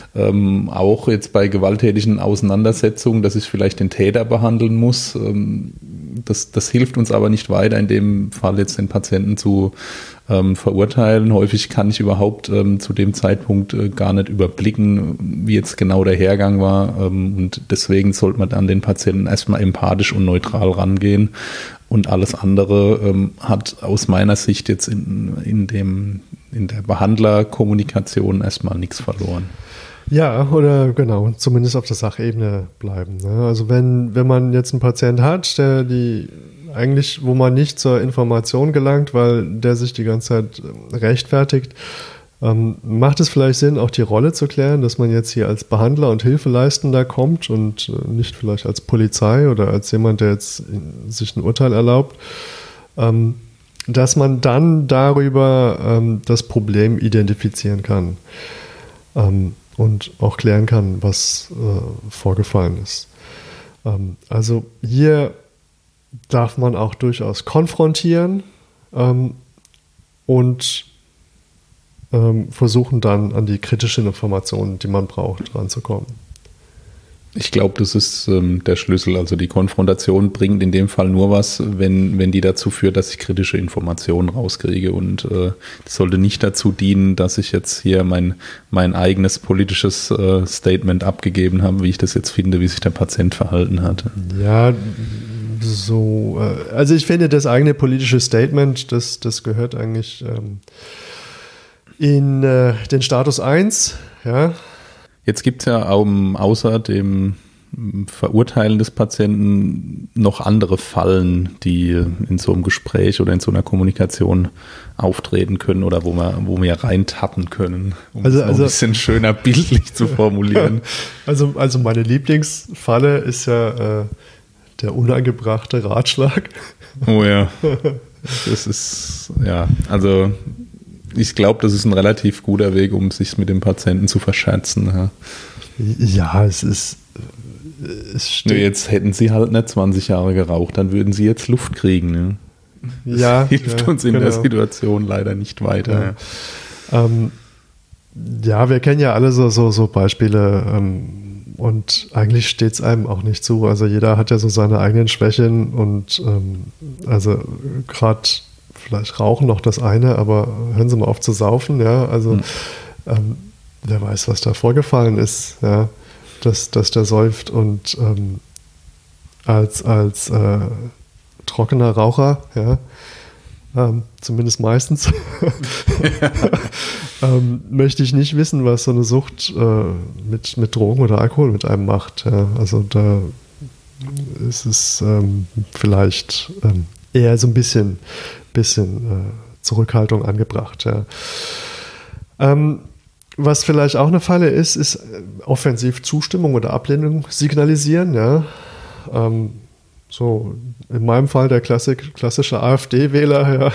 ähm, auch jetzt bei gewalttätigen Auseinandersetzungen, dass ich vielleicht den Täter behandeln muss. Ähm, das, das hilft uns aber nicht weiter, in dem Fall jetzt den Patienten zu ähm, verurteilen. Häufig kann ich überhaupt ähm, zu dem Zeitpunkt äh, gar nicht überblicken, wie jetzt genau der Hergang war. Ähm, und deswegen sollte man an den Patienten erstmal empathisch und neutral rangehen. Und alles andere ähm, hat aus meiner Sicht jetzt in, in, dem, in der Behandlerkommunikation erstmal nichts verloren. Ja, oder genau, zumindest auf der Sachebene bleiben. Ne? Also wenn, wenn man jetzt einen Patient hat, der die eigentlich, wo man nicht zur Information gelangt, weil der sich die ganze Zeit rechtfertigt, ähm, macht es vielleicht Sinn, auch die Rolle zu klären, dass man jetzt hier als Behandler und Hilfeleistender kommt und äh, nicht vielleicht als Polizei oder als jemand, der jetzt sich ein Urteil erlaubt, ähm, dass man dann darüber ähm, das Problem identifizieren kann. Ähm, und auch klären kann, was äh, vorgefallen ist. Ähm, also hier darf man auch durchaus konfrontieren ähm, und ähm, versuchen dann an die kritischen Informationen, die man braucht, ranzukommen. Ich glaube, das ist ähm, der Schlüssel. Also die Konfrontation bringt in dem Fall nur was, wenn, wenn die dazu führt, dass ich kritische Informationen rauskriege. Und äh, das sollte nicht dazu dienen, dass ich jetzt hier mein, mein eigenes politisches äh, Statement abgegeben habe, wie ich das jetzt finde, wie sich der Patient verhalten hat. Ja, so. Äh, also ich finde, das eigene politische Statement, das, das gehört eigentlich ähm, in äh, den Status eins, ja. Jetzt gibt es ja auch, außer dem Verurteilen des Patienten noch andere Fallen, die in so einem Gespräch oder in so einer Kommunikation auftreten können oder wo wir, wo wir reintappen können, um also, es noch also, ein bisschen schöner bildlich zu formulieren. Also, also meine Lieblingsfalle ist ja äh, der unangebrachte Ratschlag. Oh ja, das ist, ja, also ich glaube, das ist ein relativ guter Weg, um sich mit dem Patienten zu verscherzen. Ja, ja es ist. Es steht. Nur jetzt hätten sie halt nicht zwanzig Jahre geraucht, dann würden sie jetzt Luft kriegen. Ne? Das ja, hilft ja, uns in genau. der Situation leider nicht weiter. Ja, ähm, ja wir kennen ja alle so, so, so Beispiele ähm, und eigentlich steht es einem auch nicht zu. Also jeder hat ja so seine eigenen Schwächen und ähm, also gerade vielleicht Rauchen noch das eine, aber hören Sie mal auf zu saufen, ja, also hm. ähm, wer weiß, was da vorgefallen ist, ja, dass, dass der säuft und ähm, als, als äh, trockener Raucher, ja, ähm, zumindest meistens, ähm, möchte ich nicht wissen, was so eine Sucht äh, mit, mit Drogen oder Alkohol mit einem macht, ja, also da ist es ähm, vielleicht ähm, eher so ein bisschen bisschen äh, Zurückhaltung angebracht. Ja. Ähm, was vielleicht auch eine Falle ist, ist äh, offensiv Zustimmung oder Ablehnung signalisieren. Ja. Ähm, so in meinem Fall der Klassik, klassische AfD-Wähler. Ja.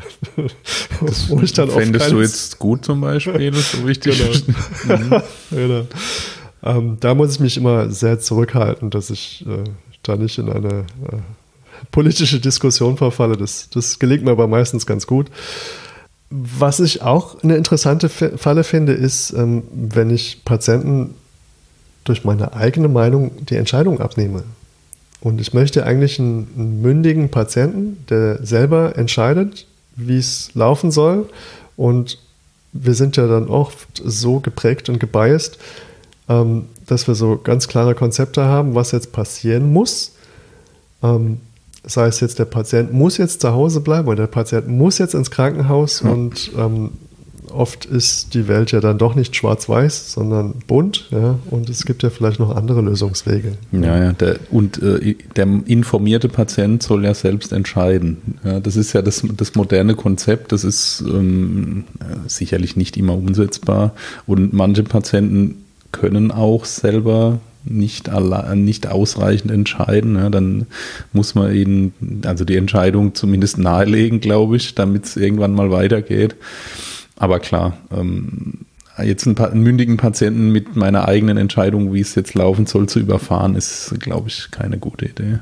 Das wo ich dann fändest du jetzt gut zum Beispiel, so richtig. Genau. mhm. genau. Ähm, da muss ich mich immer sehr zurückhalten, dass ich äh, da nicht in eine äh, politische Diskussion verfalle. Das, das gelingt mir aber meistens ganz gut. Was ich auch eine interessante Falle finde, ist, ähm, wenn ich Patienten durch meine eigene Meinung die Entscheidung abnehme. Und ich möchte eigentlich einen, einen mündigen Patienten, der selber entscheidet, wie es laufen soll. Und wir sind ja dann oft so geprägt und gebiased, ähm, dass wir so ganz klare Konzepte haben, was jetzt passieren muss. Ähm, sei es jetzt, der Patient muss jetzt zu Hause bleiben oder der Patient muss jetzt ins Krankenhaus ja. und ähm, oft ist die Welt ja dann doch nicht schwarz-weiß, sondern bunt, ja, und es gibt ja vielleicht noch andere Lösungswege. Ja, ja, der, und äh, der informierte Patient soll ja selbst entscheiden. Ja, das ist ja das, das moderne Konzept, das ist ähm, sicherlich nicht immer umsetzbar und manche Patienten können auch selber nicht, alle, nicht ausreichend entscheiden. Ja, dann muss man ihnen also die Entscheidung zumindest nahelegen, glaube ich, damit es irgendwann mal weitergeht. Aber klar, ähm, jetzt einen, einen mündigen Patienten mit meiner eigenen Entscheidung, wie es jetzt laufen soll, zu überfahren, ist, glaube ich, keine gute Idee.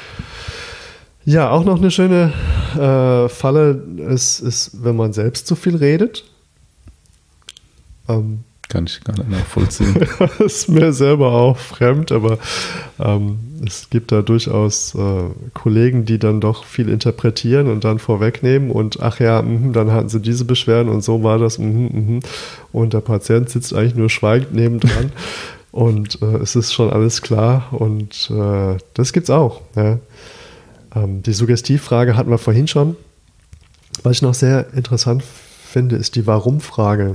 Ja, auch noch eine schöne äh, Falle ist, ist, wenn man selbst zu viel redet. Ähm, Kann ich gar nicht nachvollziehen. Das ist mir selber auch fremd, aber ähm, es gibt da durchaus äh, Kollegen, die dann doch viel interpretieren und dann vorwegnehmen und ach ja, mh, dann hatten sie diese Beschwerden und so war das mh, mh. Und der Patient sitzt eigentlich nur schweigend nebendran und äh, es ist schon alles klar und äh, das gibt's auch. Ja. Ähm, die Suggestivfrage hatten wir vorhin schon. Was ich noch sehr interessant finde, ist die Warum-Frage.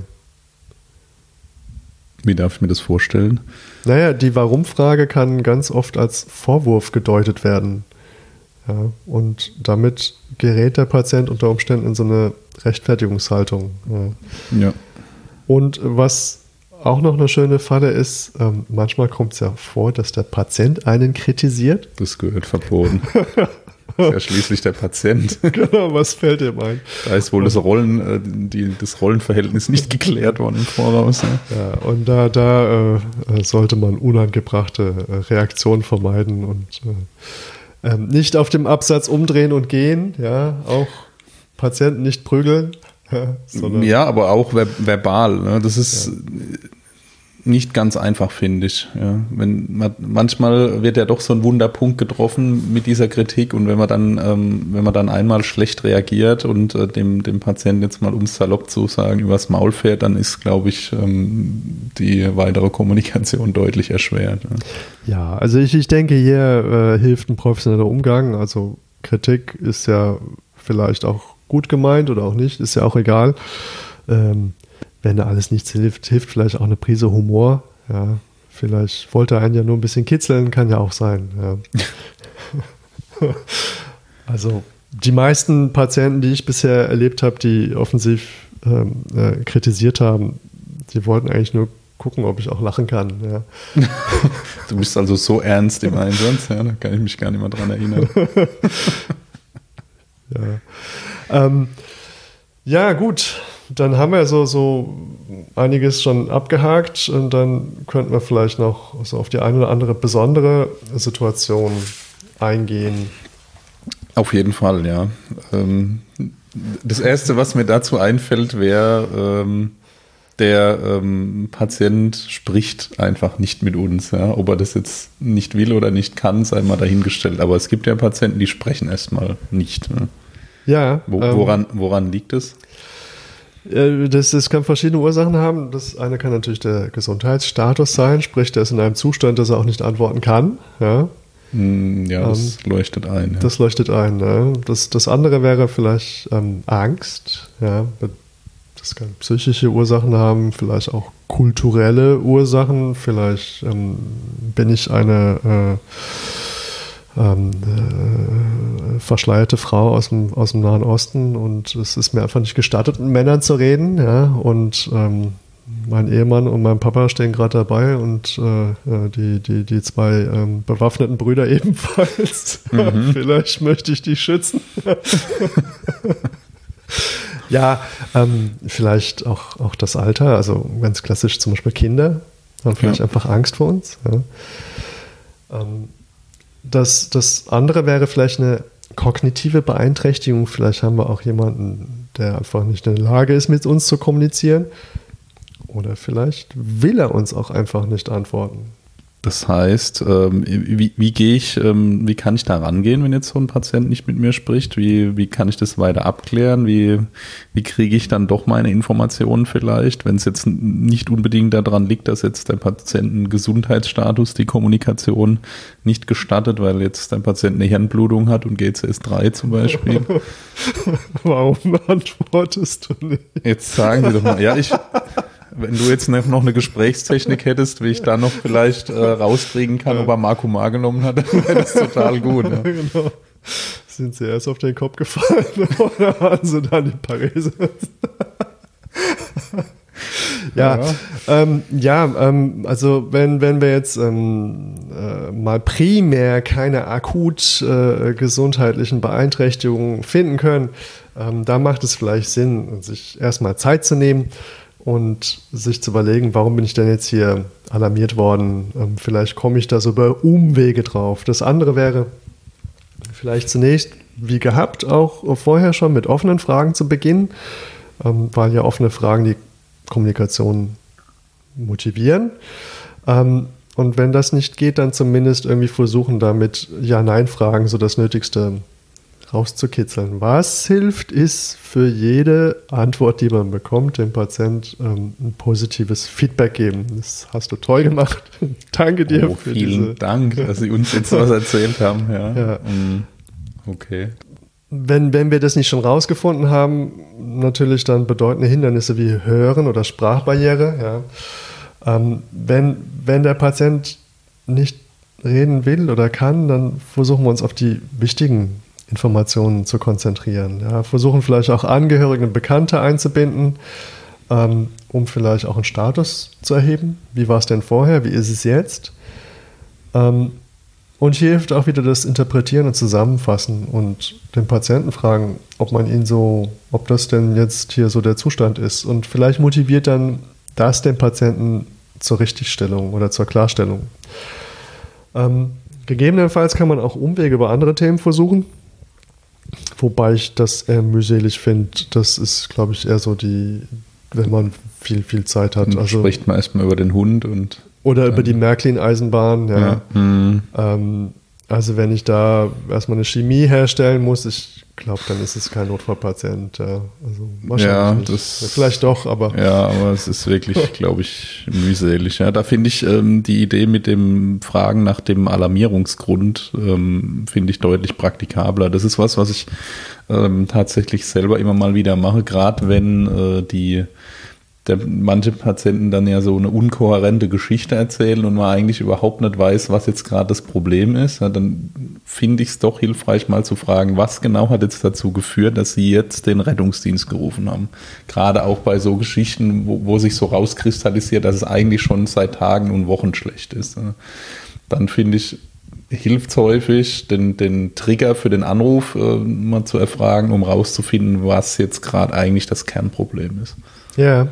Wie darf ich mir das vorstellen? Naja, die Warum-Frage kann ganz oft als Vorwurf gedeutet werden. Ja, und damit gerät der Patient unter Umständen in so eine Rechtfertigungshaltung. Ja. Ja. Und was auch noch eine schöne Falle ist, ähm, manchmal kommt es ja vor, dass der Patient einen kritisiert. Das gehört verboten. Das ist ja schließlich der Patient. Genau, was fällt ihm ein? Da ist wohl das Rollen, die, das Rollenverhältnis nicht geklärt worden im Voraus. Ne? Ja, und da, da äh, sollte man unangebrachte äh, Reaktionen vermeiden und äh, ähm, nicht auf dem Absatz umdrehen und gehen, ja, auch Patienten nicht prügeln. Ja, sondern ja, aber auch ver- verbal. Ne? Das ist ja. nicht ganz einfach, finde ich. Ja, wenn man, manchmal wird ja doch so ein Wunderpunkt getroffen mit dieser Kritik und wenn man dann, ähm, wenn man dann einmal schlecht reagiert und äh, dem, dem Patienten jetzt mal, um es salopp zu sagen, übers Maul fährt, dann ist, glaube ich, ähm, die weitere Kommunikation deutlich erschwert. Ja, ja also ich, ich denke, hier äh, hilft ein professioneller Umgang. Also Kritik ist ja vielleicht auch gut gemeint oder auch nicht, ist ja auch egal. Ähm, Wenn da alles nichts hilft, hilft vielleicht auch eine Prise Humor. Ja, vielleicht wollte er einen ja nur ein bisschen kitzeln, kann ja auch sein. Ja. Also die meisten Patienten, die ich bisher erlebt habe, die offensiv ähm, äh, kritisiert haben, die wollten eigentlich nur gucken, ob ich auch lachen kann. Ja. Du bist also so ernst im Einsatz, ja, da kann ich mich gar nicht mehr dran erinnern. Ja, ähm, ja gut. Dann haben wir so, so einiges schon abgehakt und dann könnten wir vielleicht noch so auf die eine oder andere besondere Situation eingehen. Auf jeden Fall, ja. Das Erste, was mir dazu einfällt, wäre, der Patient spricht einfach nicht mit uns. Ja? Ob er das jetzt nicht will oder nicht kann, sei mal dahingestellt. Aber es gibt ja Patienten, die sprechen erstmal nicht. Ne? Ja. Wo, woran, woran liegt es? Das, das kann verschiedene Ursachen haben. Das eine kann natürlich der Gesundheitsstatus sein, sprich, der ist in einem Zustand, dass er auch nicht antworten kann. Ja, ja das ähm, leuchtet ein. Ja. Das leuchtet ein. Ja. Das, das andere wäre vielleicht ähm, Angst. Ja. Das kann psychische Ursachen haben, vielleicht auch kulturelle Ursachen. Vielleicht ähm, bin ich eine äh, ähm, äh, verschleierte Frau aus dem, aus dem Nahen Osten und es ist mir einfach nicht gestattet, mit Männern zu reden. Ja? Und ähm, mein Ehemann und mein Papa stehen gerade dabei und äh, die, die, die zwei ähm, bewaffneten Brüder ebenfalls. Mhm. Vielleicht möchte ich die schützen. Ja, ähm, vielleicht auch, auch das Alter, also ganz klassisch zum Beispiel Kinder haben vielleicht ja. einfach Angst vor uns. Ja. Ähm, das, das andere wäre vielleicht eine kognitive Beeinträchtigung. Vielleicht haben wir auch jemanden, der einfach nicht in der Lage ist, mit uns zu kommunizieren. Oder vielleicht will er uns auch einfach nicht antworten. Das heißt, ähm, wie, wie gehe ich, ähm, wie kann ich da rangehen, wenn jetzt so ein Patient nicht mit mir spricht? Wie, wie kann ich das weiter abklären? Wie, wie kriege ich dann doch meine Informationen vielleicht, wenn es jetzt nicht unbedingt daran liegt, dass jetzt der Patientengesundheitsstatus die Kommunikation nicht gestattet, weil jetzt der Patient eine Hirnblutung hat und G C S drei zum Beispiel. Warum antwortest du nicht? Jetzt sagen Sie doch mal, ja, ich... Wenn du jetzt noch eine Gesprächstechnik hättest, wie ich da noch vielleicht äh, rauskriegen kann, ja. ob er Makuma genommen hat, dann wäre das total gut. Ja. Genau. Sind sie erst auf den Kopf gefallen oder waren sie dann die Parese? ja, ja, ähm, ja ähm, also wenn, wenn wir jetzt ähm, äh, mal primär keine akut äh, gesundheitlichen Beeinträchtigungen finden können, ähm, da macht es vielleicht Sinn, sich erstmal Zeit zu nehmen und sich zu überlegen, warum bin ich denn jetzt hier alarmiert worden? Ähm, vielleicht komme ich da so über Umwege drauf. Das andere wäre vielleicht zunächst, wie gehabt, auch vorher schon mit offenen Fragen zu beginnen, ähm, weil ja offene Fragen die Kommunikation motivieren. Ähm, und wenn das nicht geht, dann zumindest irgendwie versuchen, damit Ja-Nein-Fragen so das Nötigste rauszukitzeln. Was hilft, ist für jede Antwort, die man bekommt, dem Patient ähm, ein positives Feedback geben. Das hast du toll gemacht. Danke dir. Oh, für vielen diese Dank, dass Sie uns jetzt was erzählt haben. Ja. Ja. Okay. Wenn, wenn wir das nicht schon rausgefunden haben, natürlich dann bedeutende Hindernisse wie Hören oder Sprachbarriere. Ja. Ähm, wenn, wenn der Patient nicht reden will oder kann, dann versuchen wir uns auf die wichtigen Informationen zu konzentrieren. Ja, versuchen vielleicht auch Angehörige und Bekannte einzubinden, ähm, um vielleicht auch einen Status zu erheben. Wie war es denn vorher? Wie ist es jetzt? Ähm, und hier hilft auch wieder das Interpretieren und Zusammenfassen und den Patienten fragen, ob man ihn so, ob das denn jetzt hier so der Zustand ist. Und vielleicht motiviert dann das den Patienten zur Richtigstellung oder zur Klarstellung. Ähm, gegebenenfalls kann man auch Umwege über andere Themen versuchen. Wobei ich das eher mühselig finde. Das ist, glaube ich, eher so die, wenn man viel, viel Zeit hat. Dann also, spricht man erstmal über den Hund und. Oder über die Märklin-Eisenbahn. Ja. Ja. Mhm. Ähm, also, wenn ich da erstmal eine Chemie herstellen muss, ich glaube, dann ist es kein Notfallpatient. Ja. Also, wahrscheinlich Ja, nicht. das- Ja, vielleicht doch, aber. Ja, aber es ist wirklich, glaube ich, mühselig. Ja, da finde ich ähm, die Idee mit dem Fragen nach dem Alarmierungsgrund ähm, finde ich deutlich praktikabler. Das ist was, was ich ähm, tatsächlich selber immer mal wieder mache, gerade wenn äh, die der, manche Patienten dann ja so eine unkohärente Geschichte erzählen und man eigentlich überhaupt nicht weiß, was jetzt gerade das Problem ist. Ja, dann finde ich es doch hilfreich, mal zu fragen, was genau hat jetzt dazu geführt, dass Sie jetzt den Rettungsdienst gerufen haben. Gerade auch bei so Geschichten, wo, wo sich so rauskristallisiert, dass es eigentlich schon seit Tagen und Wochen schlecht ist. Ja. Dann finde ich, hilft es häufig, den, den Trigger für den Anruf äh, mal zu erfragen, um rauszufinden, was jetzt gerade eigentlich das Kernproblem ist. Ja.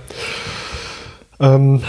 Ähm,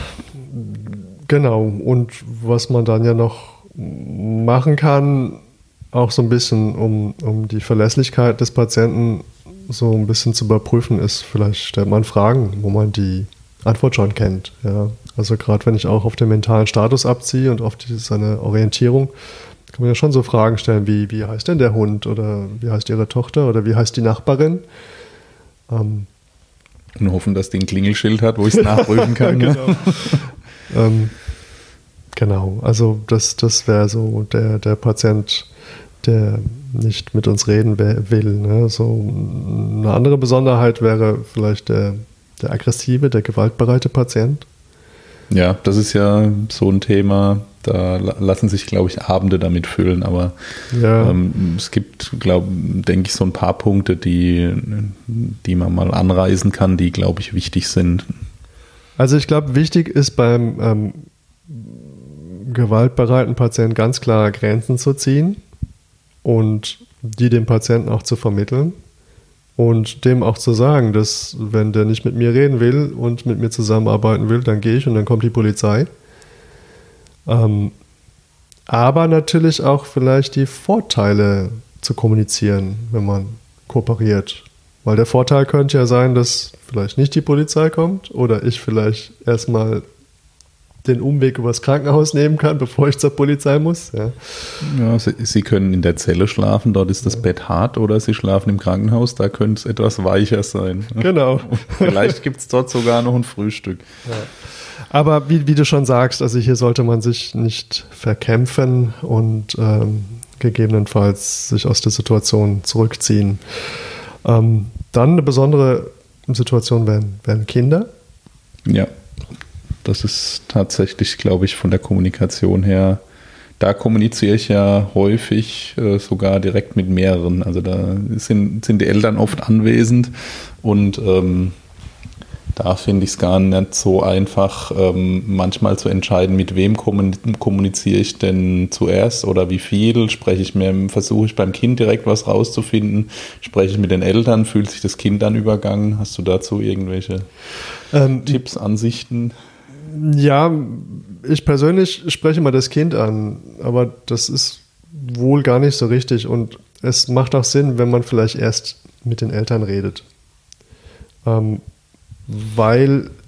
genau. Und was man dann ja noch machen kann, auch so ein bisschen, um, um die Verlässlichkeit des Patienten so ein bisschen zu überprüfen, ist, vielleicht stellt man Fragen, wo man die Antwort schon kennt. Ja. Also gerade wenn ich auch auf den mentalen Status abziehe und auf die, seine Orientierung, kann man ja schon so Fragen stellen, wie, wie heißt denn der Hund oder wie heißt Ihre Tochter oder wie heißt die Nachbarin? Ähm, Und hoffen, dass die ein Klingelschild hat, wo ich es nachprüfen kann. Ja, Ne? genau. ähm, genau, also das, das wäre so der, der Patient, der nicht mit uns reden will. Ne? So eine andere Besonderheit wäre vielleicht der, der aggressive, der gewaltbereite Patient. Ja, das ist ja so ein Thema, da lassen sich, glaube ich, Abende damit füllen, aber Ja. ähm, es gibt, glaube denke ich, so ein paar Punkte, die, die man mal anreißen kann, die, glaube ich, wichtig sind. Also ich glaube, wichtig ist beim ähm, gewaltbereiten Patienten ganz klar Grenzen zu ziehen und die dem Patienten auch zu vermitteln und dem auch zu sagen, dass wenn der nicht mit mir reden will und mit mir zusammenarbeiten will, dann gehe ich und dann kommt die Polizei. Ähm, aber natürlich auch vielleicht die Vorteile zu kommunizieren, wenn man kooperiert. Weil der Vorteil könnte ja sein, dass vielleicht nicht die Polizei kommt oder ich vielleicht erstmal den Umweg übers Krankenhaus nehmen kann, bevor ich zur Polizei muss. Ja. Ja, Sie, Sie können in der Zelle schlafen, dort ist das ja. Bett hart, oder Sie schlafen im Krankenhaus, da könnte es etwas weicher sein. Genau. Vielleicht gibt es dort sogar noch ein Frühstück. Ja. Aber wie, wie du schon sagst, also hier sollte man sich nicht verkämpfen und ähm, gegebenenfalls sich aus der Situation zurückziehen. Ähm, dann eine besondere Situation wären, wären Kinder. Ja. Das ist tatsächlich, glaube ich, von der Kommunikation her, da kommuniziere ich ja häufig äh, sogar direkt mit mehreren. Also da sind, sind die Eltern oft anwesend und ähm, da finde ich es gar nicht so einfach, ähm, manchmal zu entscheiden, mit wem kommuniziere ich denn zuerst oder wie viel. Spreche ich mir, versuche ich beim Kind direkt was rauszufinden, spreche ich mit den Eltern, fühlt sich das Kind dann übergangen? Hast du dazu irgendwelche ähm, Tipps, Ansichten? Ja, ich persönlich spreche mal das Kind an, aber das ist wohl gar nicht so richtig und es macht auch Sinn, wenn man vielleicht erst mit den Eltern redet. Ähm, weil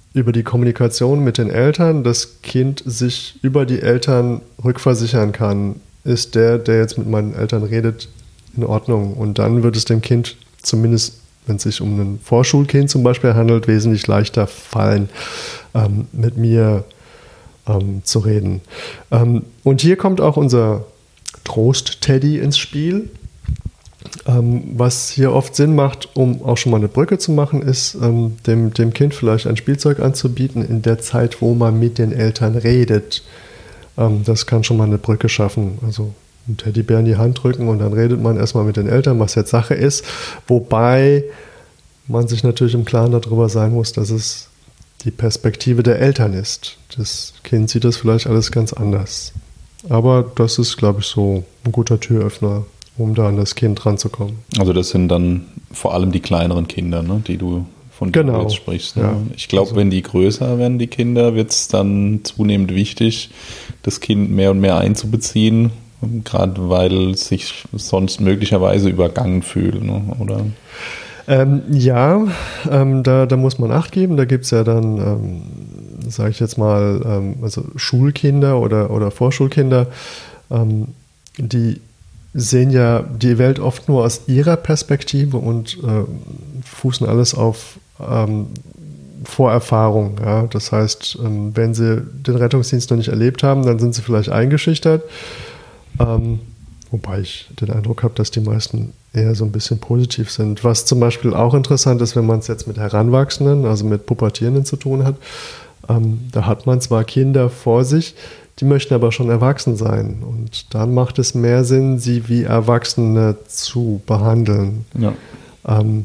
über die Kommunikation mit den Eltern das Kind sich über die Eltern rückversichern kann, ist der, der jetzt mit meinen Eltern redet, in Ordnung. Und dann wird es dem Kind zumindest, wenn es sich um ein Vorschulkind zum Beispiel handelt, wesentlich leichter fallen, ähm, mit mir ähm, zu reden. Ähm, und hier kommt auch unser Trost-Teddy ins Spiel. Ähm, was hier oft Sinn macht, um auch schon mal eine Brücke zu machen, ist, ähm, dem, dem Kind vielleicht ein Spielzeug anzubieten in der Zeit, wo man mit den Eltern redet. Ähm, das kann schon mal eine Brücke schaffen. Also einen Teddybär in die Hand drücken und dann redet man erstmal mit den Eltern, was jetzt Sache ist. Wobei man sich natürlich im Klaren darüber sein muss, dass es die Perspektive der Eltern ist. Das Kind sieht das vielleicht alles ganz anders. Aber das ist, glaube ich, so ein guter Türöffner, um da an das Kind ranzukommen. Also das sind dann vor allem die kleineren Kinder, ne, die du von denen genau. du jetzt sprichst. Ne? Ja. Ich glaube, also, wenn die größer werden, die Kinder, wird es dann zunehmend wichtig, das Kind mehr und mehr einzubeziehen, gerade weil es sich sonst möglicherweise übergangen fühlt, ne? Oder? Ähm, ja, ähm, da, da muss man Acht geben. Da gibt es ja dann, ähm, sage ich jetzt mal, ähm, also Schulkinder oder, oder Vorschulkinder, ähm, die sehen ja die Welt oft nur aus ihrer Perspektive und äh, fußen alles auf ähm, Vorerfahrung. Ja? Das heißt, ähm, wenn sie den Rettungsdienst noch nicht erlebt haben, dann sind sie vielleicht eingeschüchtert. Ähm, wobei ich den Eindruck habe, dass die meisten eher so ein bisschen positiv sind. Was zum Beispiel auch interessant ist, wenn man es jetzt mit Heranwachsenden, also mit Pubertierenden zu tun hat, ähm, da hat man zwar Kinder vor sich, die möchten aber schon erwachsen sein. Und dann macht es mehr Sinn, sie wie Erwachsene zu behandeln. Ja. Ähm,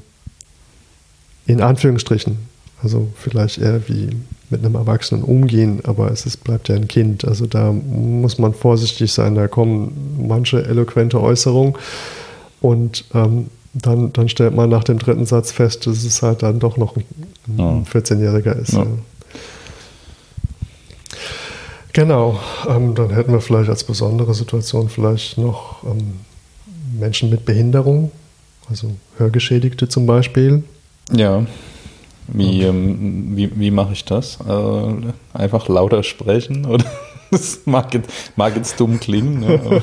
in Anführungsstrichen. Also vielleicht eher wie mit einem Erwachsenen umgehen, aber es ist, bleibt ja ein Kind. Also da muss man vorsichtig sein. Da kommen manche eloquente Äußerungen und ähm, dann, dann stellt man nach dem dritten Satz fest, dass es halt dann doch noch ein, ein vierzehnjähriger ist. Ja. Ja. Genau, ähm, dann hätten wir vielleicht als besondere Situation vielleicht noch ähm, Menschen mit Behinderung, also Hörgeschädigte zum Beispiel. Ja, wie, ähm, wie, wie mache ich das? Äh, einfach lauter sprechen? Oder? Das mag jetzt, mag jetzt dumm klingen. Ne?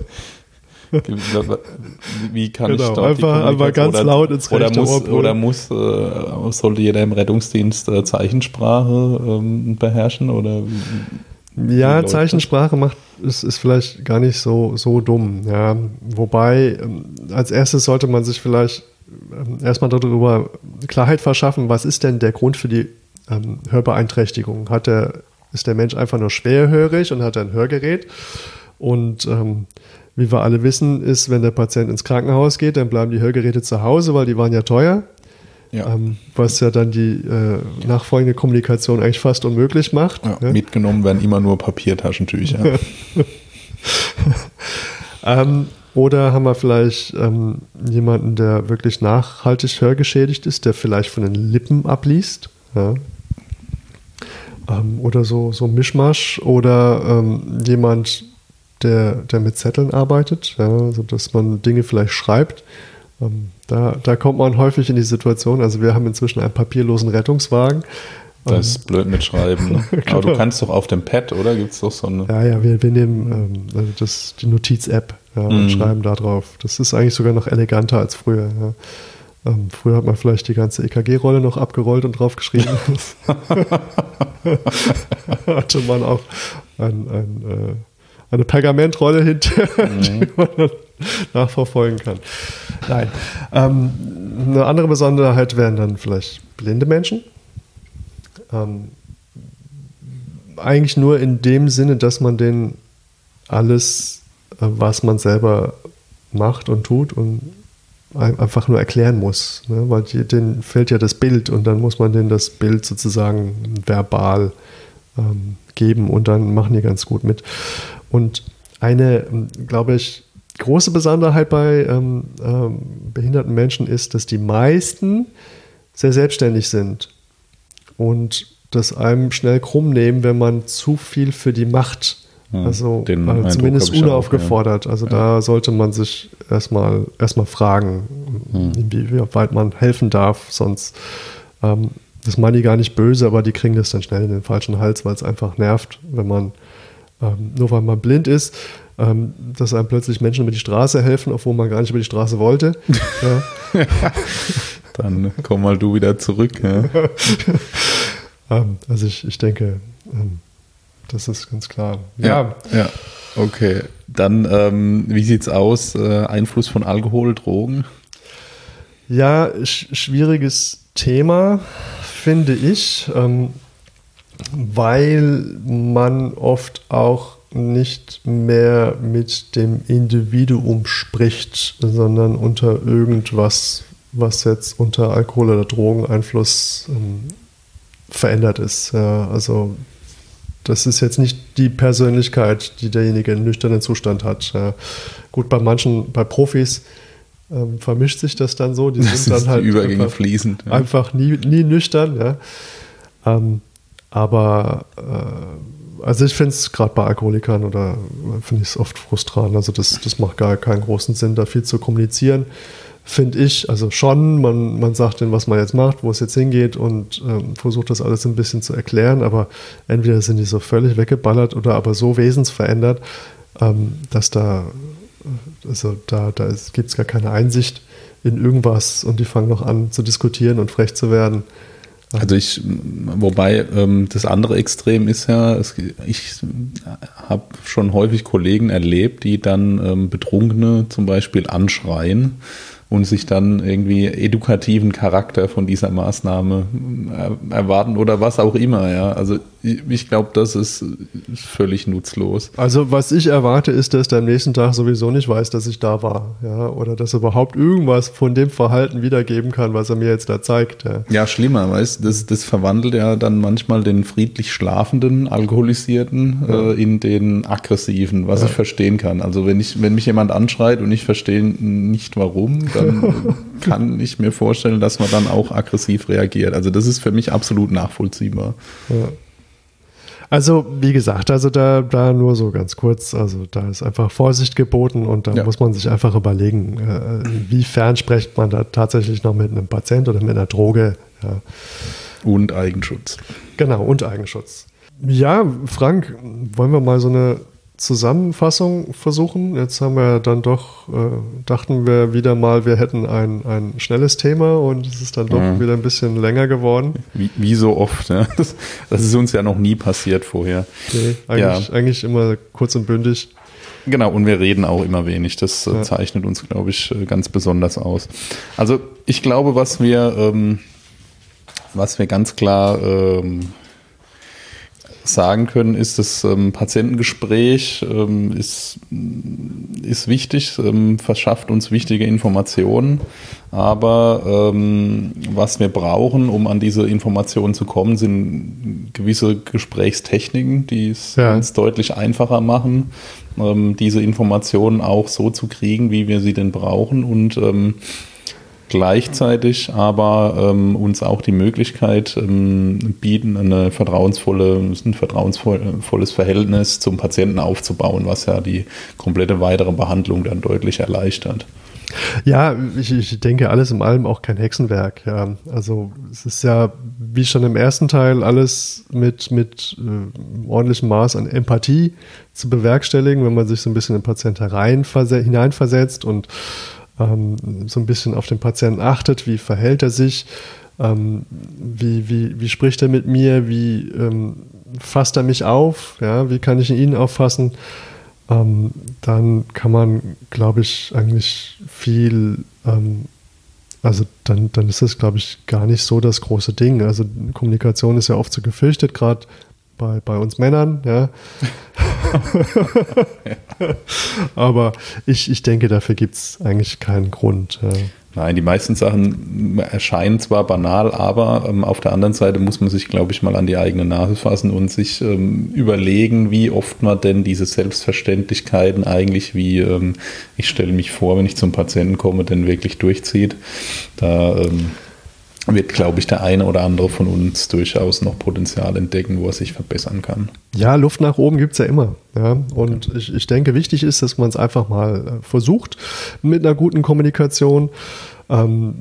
Wie kann genau, ich da einfach, einfach ganz oder, laut ins oder rechte muss, Ohr brüllen. Oder muss, äh, sollte jeder im Rettungsdienst äh, Zeichensprache ähm, beherrschen? Oder wie, ja, wie Zeichensprache macht, ist, ist vielleicht gar nicht so, so dumm. Ja. Wobei, ähm, als erstes sollte man sich vielleicht ähm, erstmal darüber Klarheit verschaffen, was ist denn der Grund für die ähm, Hörbeeinträchtigung? Hat der, ist der Mensch einfach nur schwerhörig und hat ein Hörgerät? Und ähm, wie wir alle wissen, ist, wenn der Patient ins Krankenhaus geht, dann bleiben die Hörgeräte zu Hause, weil die waren ja teuer. Ja. Ähm, was ja dann die äh, nachfolgende Kommunikation eigentlich fast unmöglich macht. Ja, ne? Mitgenommen werden immer nur Papiertaschentücher. ähm, oder haben wir vielleicht ähm, jemanden, der wirklich nachhaltig hörgeschädigt ist, der vielleicht von den Lippen abliest. Ja? Ähm, oder so, so Mischmasch. Oder ähm, jemand, der, der mit Zetteln arbeitet, ja? Sodass man Dinge vielleicht schreibt. Ähm, da, da kommt man häufig in die Situation, also wir haben inzwischen einen papierlosen Rettungswagen. Das ist blöd mit Schreiben. Ne? Genau. Aber du kannst doch auf dem Pad, oder? Gibt es doch so eine... Ja, ja, wir, wir nehmen ähm, also das, die Notiz-App ja, und Mhm. schreiben da drauf. Das ist eigentlich sogar noch eleganter als früher. Ja. Ähm, früher hat man vielleicht die ganze E K G-Rolle noch abgerollt und draufgeschrieben. Hatte man auch ein, ein, äh, eine Pergamentrolle hinter, Mhm. die man dann nachverfolgen kann. Nein. Ähm, eine andere Besonderheit wären dann vielleicht blinde Menschen. Ähm, eigentlich nur in dem Sinne, dass man denen alles, äh, was man selber macht und tut, und ein, einfach nur erklären muss. Ne? Weil die, denen fehlt ja das Bild und dann muss man denen das Bild sozusagen verbal ähm, geben und dann machen die ganz gut mit. Und eine, glaube ich, große Besonderheit bei ähm, ähm, behinderten Menschen ist, dass die meisten sehr selbstständig sind und das einem schnell krumm nehmen, wenn man zu viel für die macht. Ja, Also den äh, Eindruck zumindest habe ich auch, unaufgefordert. Also Ja. da sollte man sich erstmal erstmal fragen, Hm. inwieweit man helfen darf. Sonst ähm, das meine ich gar nicht böse, aber die kriegen das dann schnell in den falschen Hals, weil es einfach nervt, wenn man, ähm, nur weil man blind ist, ähm, dass einem plötzlich Menschen über die Straße helfen, obwohl man gar nicht über die Straße wollte. Ja. Dann komm mal du wieder zurück. Ja. ähm, also ich, ich denke, ähm, das ist ganz klar. Ja, ja, ja. Okay. Dann, ähm, wie sieht's aus? Äh, Einfluss von Alkohol, Drogen? Ja, sch- schwieriges Thema, finde ich, ähm, weil man oft auch nicht mehr mit dem Individuum spricht, sondern unter irgendwas, was jetzt unter Alkohol- oder Drogeneinfluss ähm, verändert ist. Ja, also das ist jetzt nicht die Persönlichkeit, die derjenige im nüchternen Zustand hat. Ja, gut, bei manchen, bei Profis ähm, vermischt sich das dann so. Die das sind dann ist halt die Übergänge einfach, fließend. Ja. Einfach nie, nie nüchtern. Ja. Ähm, aber äh, also ich finde es gerade bei Alkoholikern oder finde ich es oft frustrierend. Also das, das macht gar keinen großen Sinn, da viel zu kommunizieren. Finde ich, also schon, man, man sagt denen, was man jetzt macht, wo es jetzt hingeht und ähm, versucht das alles ein bisschen zu erklären, aber entweder sind die so völlig weggeballert oder aber so wesensverändert, ähm, dass da, also da, da gibt es gar keine Einsicht in irgendwas und die fangen noch an zu diskutieren und frech zu werden. Also ich, wobei ähm, das andere Extrem ist ja, es, ich habe schon häufig Kollegen erlebt, die dann ähm, Betrunkene zum Beispiel anschreien und sich dann irgendwie edukativen Charakter von dieser Maßnahme er, erwarten oder was auch immer. Ja, also ich, ich glaube, das ist völlig nutzlos. Also was ich erwarte, ist, dass der am nächsten Tag sowieso nicht weiß, dass ich da war, ja, oder dass er überhaupt irgendwas von dem Verhalten wiedergeben kann, was er mir jetzt da zeigt. Ja, ja schlimmer, weißt du, das, das verwandelt ja dann manchmal den friedlich Schlafenden, Alkoholisierten ja. äh, in den Aggressiven, was ja. ich verstehen kann. Also wenn ich, wenn mich jemand anschreit und ich verstehe nicht warum, dann kann ich mir vorstellen, dass man dann auch aggressiv reagiert. Also das ist für mich absolut nachvollziehbar. Ja. Also wie gesagt, also da, da nur so ganz kurz, also da ist einfach Vorsicht geboten und da ja. muss man sich einfach überlegen, äh, inwiefern spricht man da tatsächlich noch mit einem Patient oder mit einer Droge. Ja. Und Eigenschutz. Genau, und Eigenschutz. Ja, Frank, wollen wir mal so eine Zusammenfassung versuchen? Jetzt haben wir dann doch, äh, dachten wir wieder mal, wir hätten ein, ein schnelles Thema und es ist dann doch mhm. wieder ein bisschen länger geworden. Wie, wie so oft, ja. Das, das ist uns ja noch nie passiert vorher. Nee, eigentlich, ja. eigentlich immer kurz und bündig. Genau, und wir reden auch immer wenig. Das ja. zeichnet uns, glaube ich, ganz besonders aus. Also ich glaube, was wir, ähm, was wir ganz klar ähm, sagen können, ist, das ähm, Patientengespräch ähm, ist, ist wichtig, ähm, verschafft uns wichtige Informationen, aber ähm, was wir brauchen, um an diese Informationen zu kommen, sind gewisse Gesprächstechniken, die es ja. uns deutlich einfacher machen, ähm, diese Informationen auch so zu kriegen, wie wir sie denn brauchen und ähm, gleichzeitig aber ähm, uns auch die Möglichkeit ähm, bieten, eine vertrauensvolle, ein vertrauensvolles Verhältnis zum Patienten aufzubauen, was ja die komplette weitere Behandlung dann deutlich erleichtert. Ja, ich, ich denke, alles in allem auch kein Hexenwerk. Ja. Also es ist ja, wie schon im ersten Teil, alles mit, mit äh, ordentlichem Maß an Empathie zu bewerkstelligen, wenn man sich so ein bisschen in den Patienten hineinversetzt und ähm, so ein bisschen auf den Patienten achtet, wie verhält er sich, ähm, wie, wie, wie spricht er mit mir, wie ähm, fasst er mich auf, ja, wie kann ich ihn auffassen. Ähm, dann kann man, glaube ich, eigentlich viel, ähm, also dann, dann ist das, glaube ich, gar nicht so das große Ding. Also Kommunikation ist ja oft so gefürchtet, gerade bei, bei uns Männern, ja. Aber ich, ich denke, dafür gibt es eigentlich keinen Grund. Ja. Nein, die meisten Sachen erscheinen zwar banal, aber ähm, auf der anderen Seite muss man sich, glaube ich, mal an die eigene Nase fassen und sich ähm, überlegen, wie oft man denn diese Selbstverständlichkeiten eigentlich, wie ähm, ich stelle mich vor, wenn ich zum Patienten komme, denn wirklich durchzieht. Da ähm, wird, glaube ich, der eine oder andere von uns durchaus noch Potenzial entdecken, wo er sich verbessern kann. Ja, Luft nach oben gibt es ja immer. Ja? Und ich, ich denke, wichtig ist, dass man es einfach mal versucht mit einer guten Kommunikation. Ähm,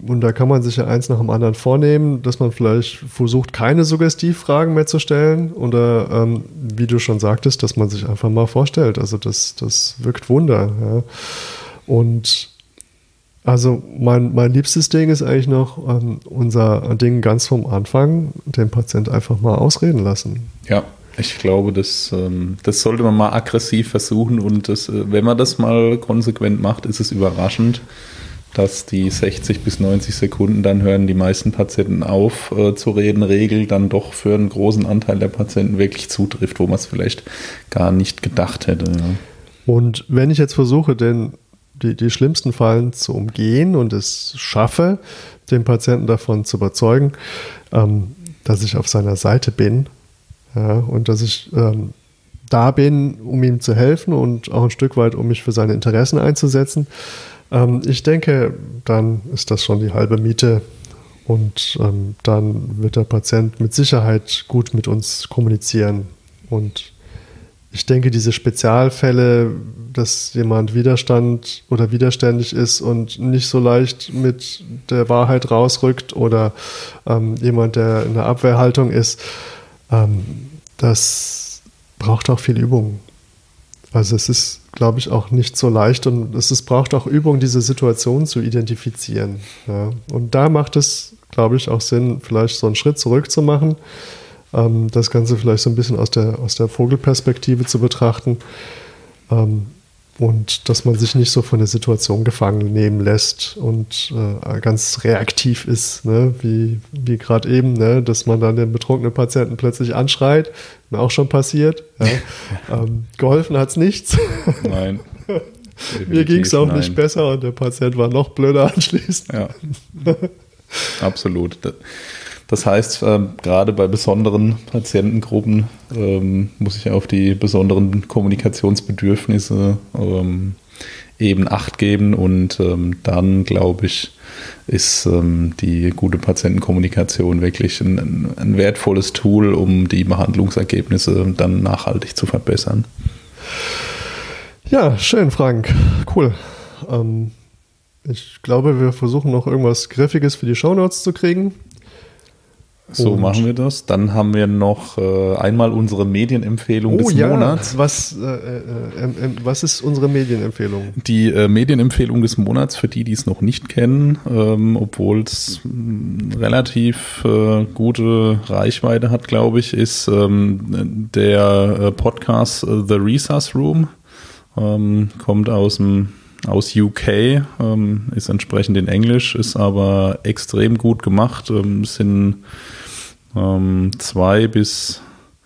und da kann man sich ja eins nach dem anderen vornehmen, dass man vielleicht versucht, keine Suggestivfragen mehr zu stellen oder ähm, wie du schon sagtest, dass man sich einfach mal vorstellt. Also das, das wirkt Wunder. Ja. Und also mein, mein liebstes Ding ist eigentlich noch ähm, unser Ding ganz vom Anfang, den Patient einfach mal ausreden lassen. Ja, ich glaube, das, ähm, das sollte man mal aggressiv versuchen und das, äh, wenn man das mal konsequent macht, ist es überraschend, dass die sechzig bis neunzig Sekunden, dann hören die meisten Patienten auf äh, zu reden, Regel dann doch für einen großen Anteil der Patienten wirklich zutrifft, wo man es vielleicht gar nicht gedacht hätte. Ja. Und wenn ich jetzt versuche, den Die, die schlimmsten Fallen zu umgehen und es schaffe, den Patienten davon zu überzeugen, ähm, dass ich auf seiner Seite bin, ja, und dass ich ähm, da bin, um ihm zu helfen und auch ein Stück weit, um mich für seine Interessen einzusetzen. Ähm, ich denke, dann ist das schon die halbe Miete und ähm, dann wird der Patient mit Sicherheit gut mit uns kommunizieren. Und ich denke, diese Spezialfälle, dass jemand Widerstand oder widerständig ist und nicht so leicht mit der Wahrheit rausrückt oder ähm, jemand, der in der Abwehrhaltung ist, ähm, das braucht auch viel Übung. Also es ist, glaube ich, auch nicht so leicht und es ist, braucht auch Übung, diese Situation zu identifizieren. Ja. Und da macht es, glaube ich, auch Sinn, vielleicht so einen Schritt zurück zu machen, das Ganze vielleicht so ein bisschen aus der, aus der Vogelperspektive zu betrachten ähm, und dass man sich nicht so von der Situation gefangen nehmen lässt und äh, ganz reaktiv ist, ne? wie, wie gerade eben, ne? Dass man dann den betrunkenen Patienten plötzlich anschreit, mir auch schon passiert. Ja? ähm, geholfen hat es nichts. Nein. Mir ging es auch nein. nicht besser und der Patient war noch blöder anschließend. Ja, absolut. Das heißt, äh, gerade bei besonderen Patientengruppen ähm, muss ich auf die besonderen Kommunikationsbedürfnisse ähm, eben Acht geben und ähm, dann, glaube ich, ist ähm, die gute Patientenkommunikation wirklich ein, ein wertvolles Tool, um die Behandlungsergebnisse dann nachhaltig zu verbessern. Ja, schön, Frank. Cool. Ähm, ich glaube, wir versuchen noch irgendwas Griffiges für die Shownotes zu kriegen. So und machen wir das. Dann haben wir noch äh, einmal unsere Medienempfehlung oh, des ja. Monats. Was, äh, äh, äh, was ist unsere Medienempfehlung? Die äh, Medienempfehlung des Monats, für die, die es noch nicht kennen, ähm, obwohl es mh, relativ äh, gute Reichweite hat, glaube ich, ist ähm, der äh, Podcast äh, The Resus Room. Ähm, kommt aus dem aus U K, ähm, ist entsprechend in Englisch, ist aber extrem gut gemacht. Ähm, sind ähm, zwei bis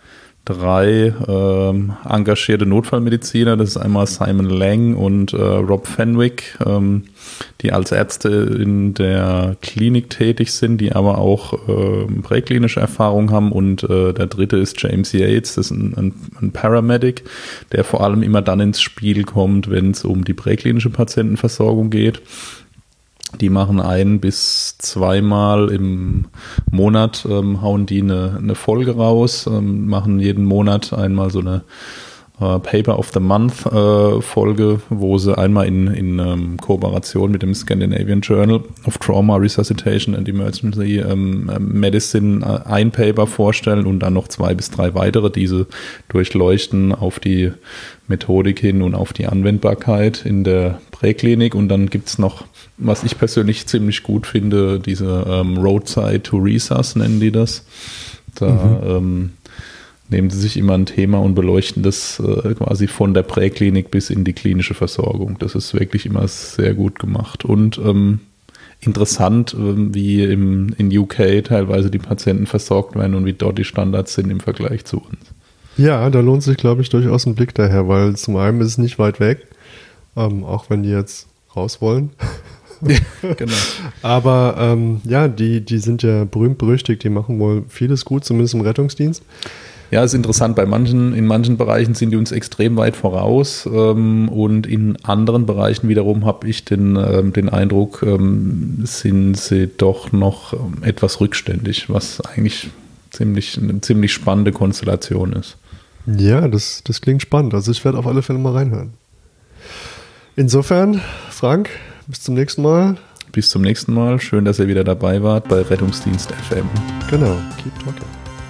drei ähm, engagierte Notfallmediziner. Das ist einmal Simon Lang und äh, Rob Fenwick, ähm, die als Ärzte in der Klinik tätig sind, die aber auch äh, präklinische Erfahrung haben. Und äh, der dritte ist James Yates, das ist ein, ein, ein Paramedic, der vor allem immer dann ins Spiel kommt, wenn es um die präklinische Patientenversorgung geht. Die machen ein bis zweimal im Monat, ähm, hauen die eine, eine Folge raus, ähm, machen jeden Monat einmal so eine äh, Paper of the Month äh, Folge, wo sie einmal in, in ähm, Kooperation mit dem Scandinavian Journal of Trauma, Resuscitation and Emergency ähm, Medicine äh, ein Paper vorstellen und dann noch zwei bis drei weitere, die sie durchleuchten auf die Methodik hin und auf die Anwendbarkeit in der Präklinik. Und dann gibt es noch, was ich persönlich ziemlich gut finde, diese ähm, Roadside to Resus nennen die das. Da mhm. ähm, nehmen sie sich immer ein Thema und beleuchten das äh, quasi von der Präklinik bis in die klinische Versorgung. Das ist wirklich immer sehr gut gemacht. Und ähm, interessant, äh, wie im, in U K teilweise die Patienten versorgt werden und wie dort die Standards sind im Vergleich zu uns. Ja, da lohnt sich, glaube ich, durchaus ein Blick daher, weil zum einen ist es nicht weit weg, ähm, auch wenn die jetzt raus wollen. Genau. Aber ähm, ja, die, die sind ja berühmt berüchtigt, die machen wohl vieles gut, zumindest im Rettungsdienst. Ja, ist interessant. Bei manchen, in manchen Bereichen sind die uns extrem weit voraus ähm, und in anderen Bereichen wiederum habe ich den, ähm, den Eindruck, ähm, sind sie doch noch ähm, etwas rückständig, was eigentlich ziemlich, eine ziemlich spannende Konstellation ist. Ja, das, das klingt spannend. Also ich werde auf alle Fälle mal reinhören. Insofern, Frank, bis zum nächsten Mal. bis zum nächsten Mal. Schön, dass ihr wieder dabei wart bei Rettungsdienst F M. Genau, keep talking.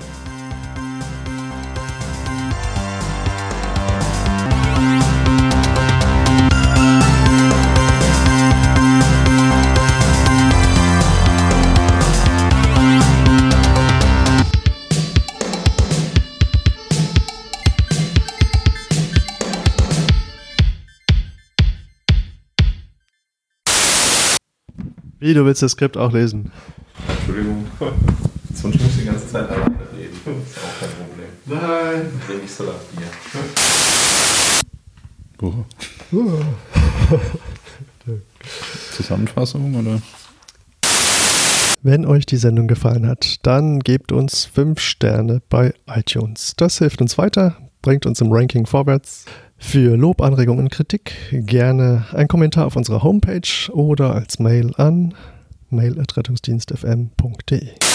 Wie, du willst das Skript auch lesen? Entschuldigung. Sonst muss ich die ganze Zeit alleine reden. Das ist auch kein Problem. Nein. Dann trinke ich so nach Bier. Uh. Zusammenfassung, oder? Wenn euch die Sendung gefallen hat, dann gebt uns fünf Sterne bei iTunes. Das hilft uns weiter, bringt uns im Ranking vorwärts. Für Lob, Anregungen und Kritik gerne ein Kommentar auf unserer Homepage oder als Mail an mail at rettungsdienstfm punkt de.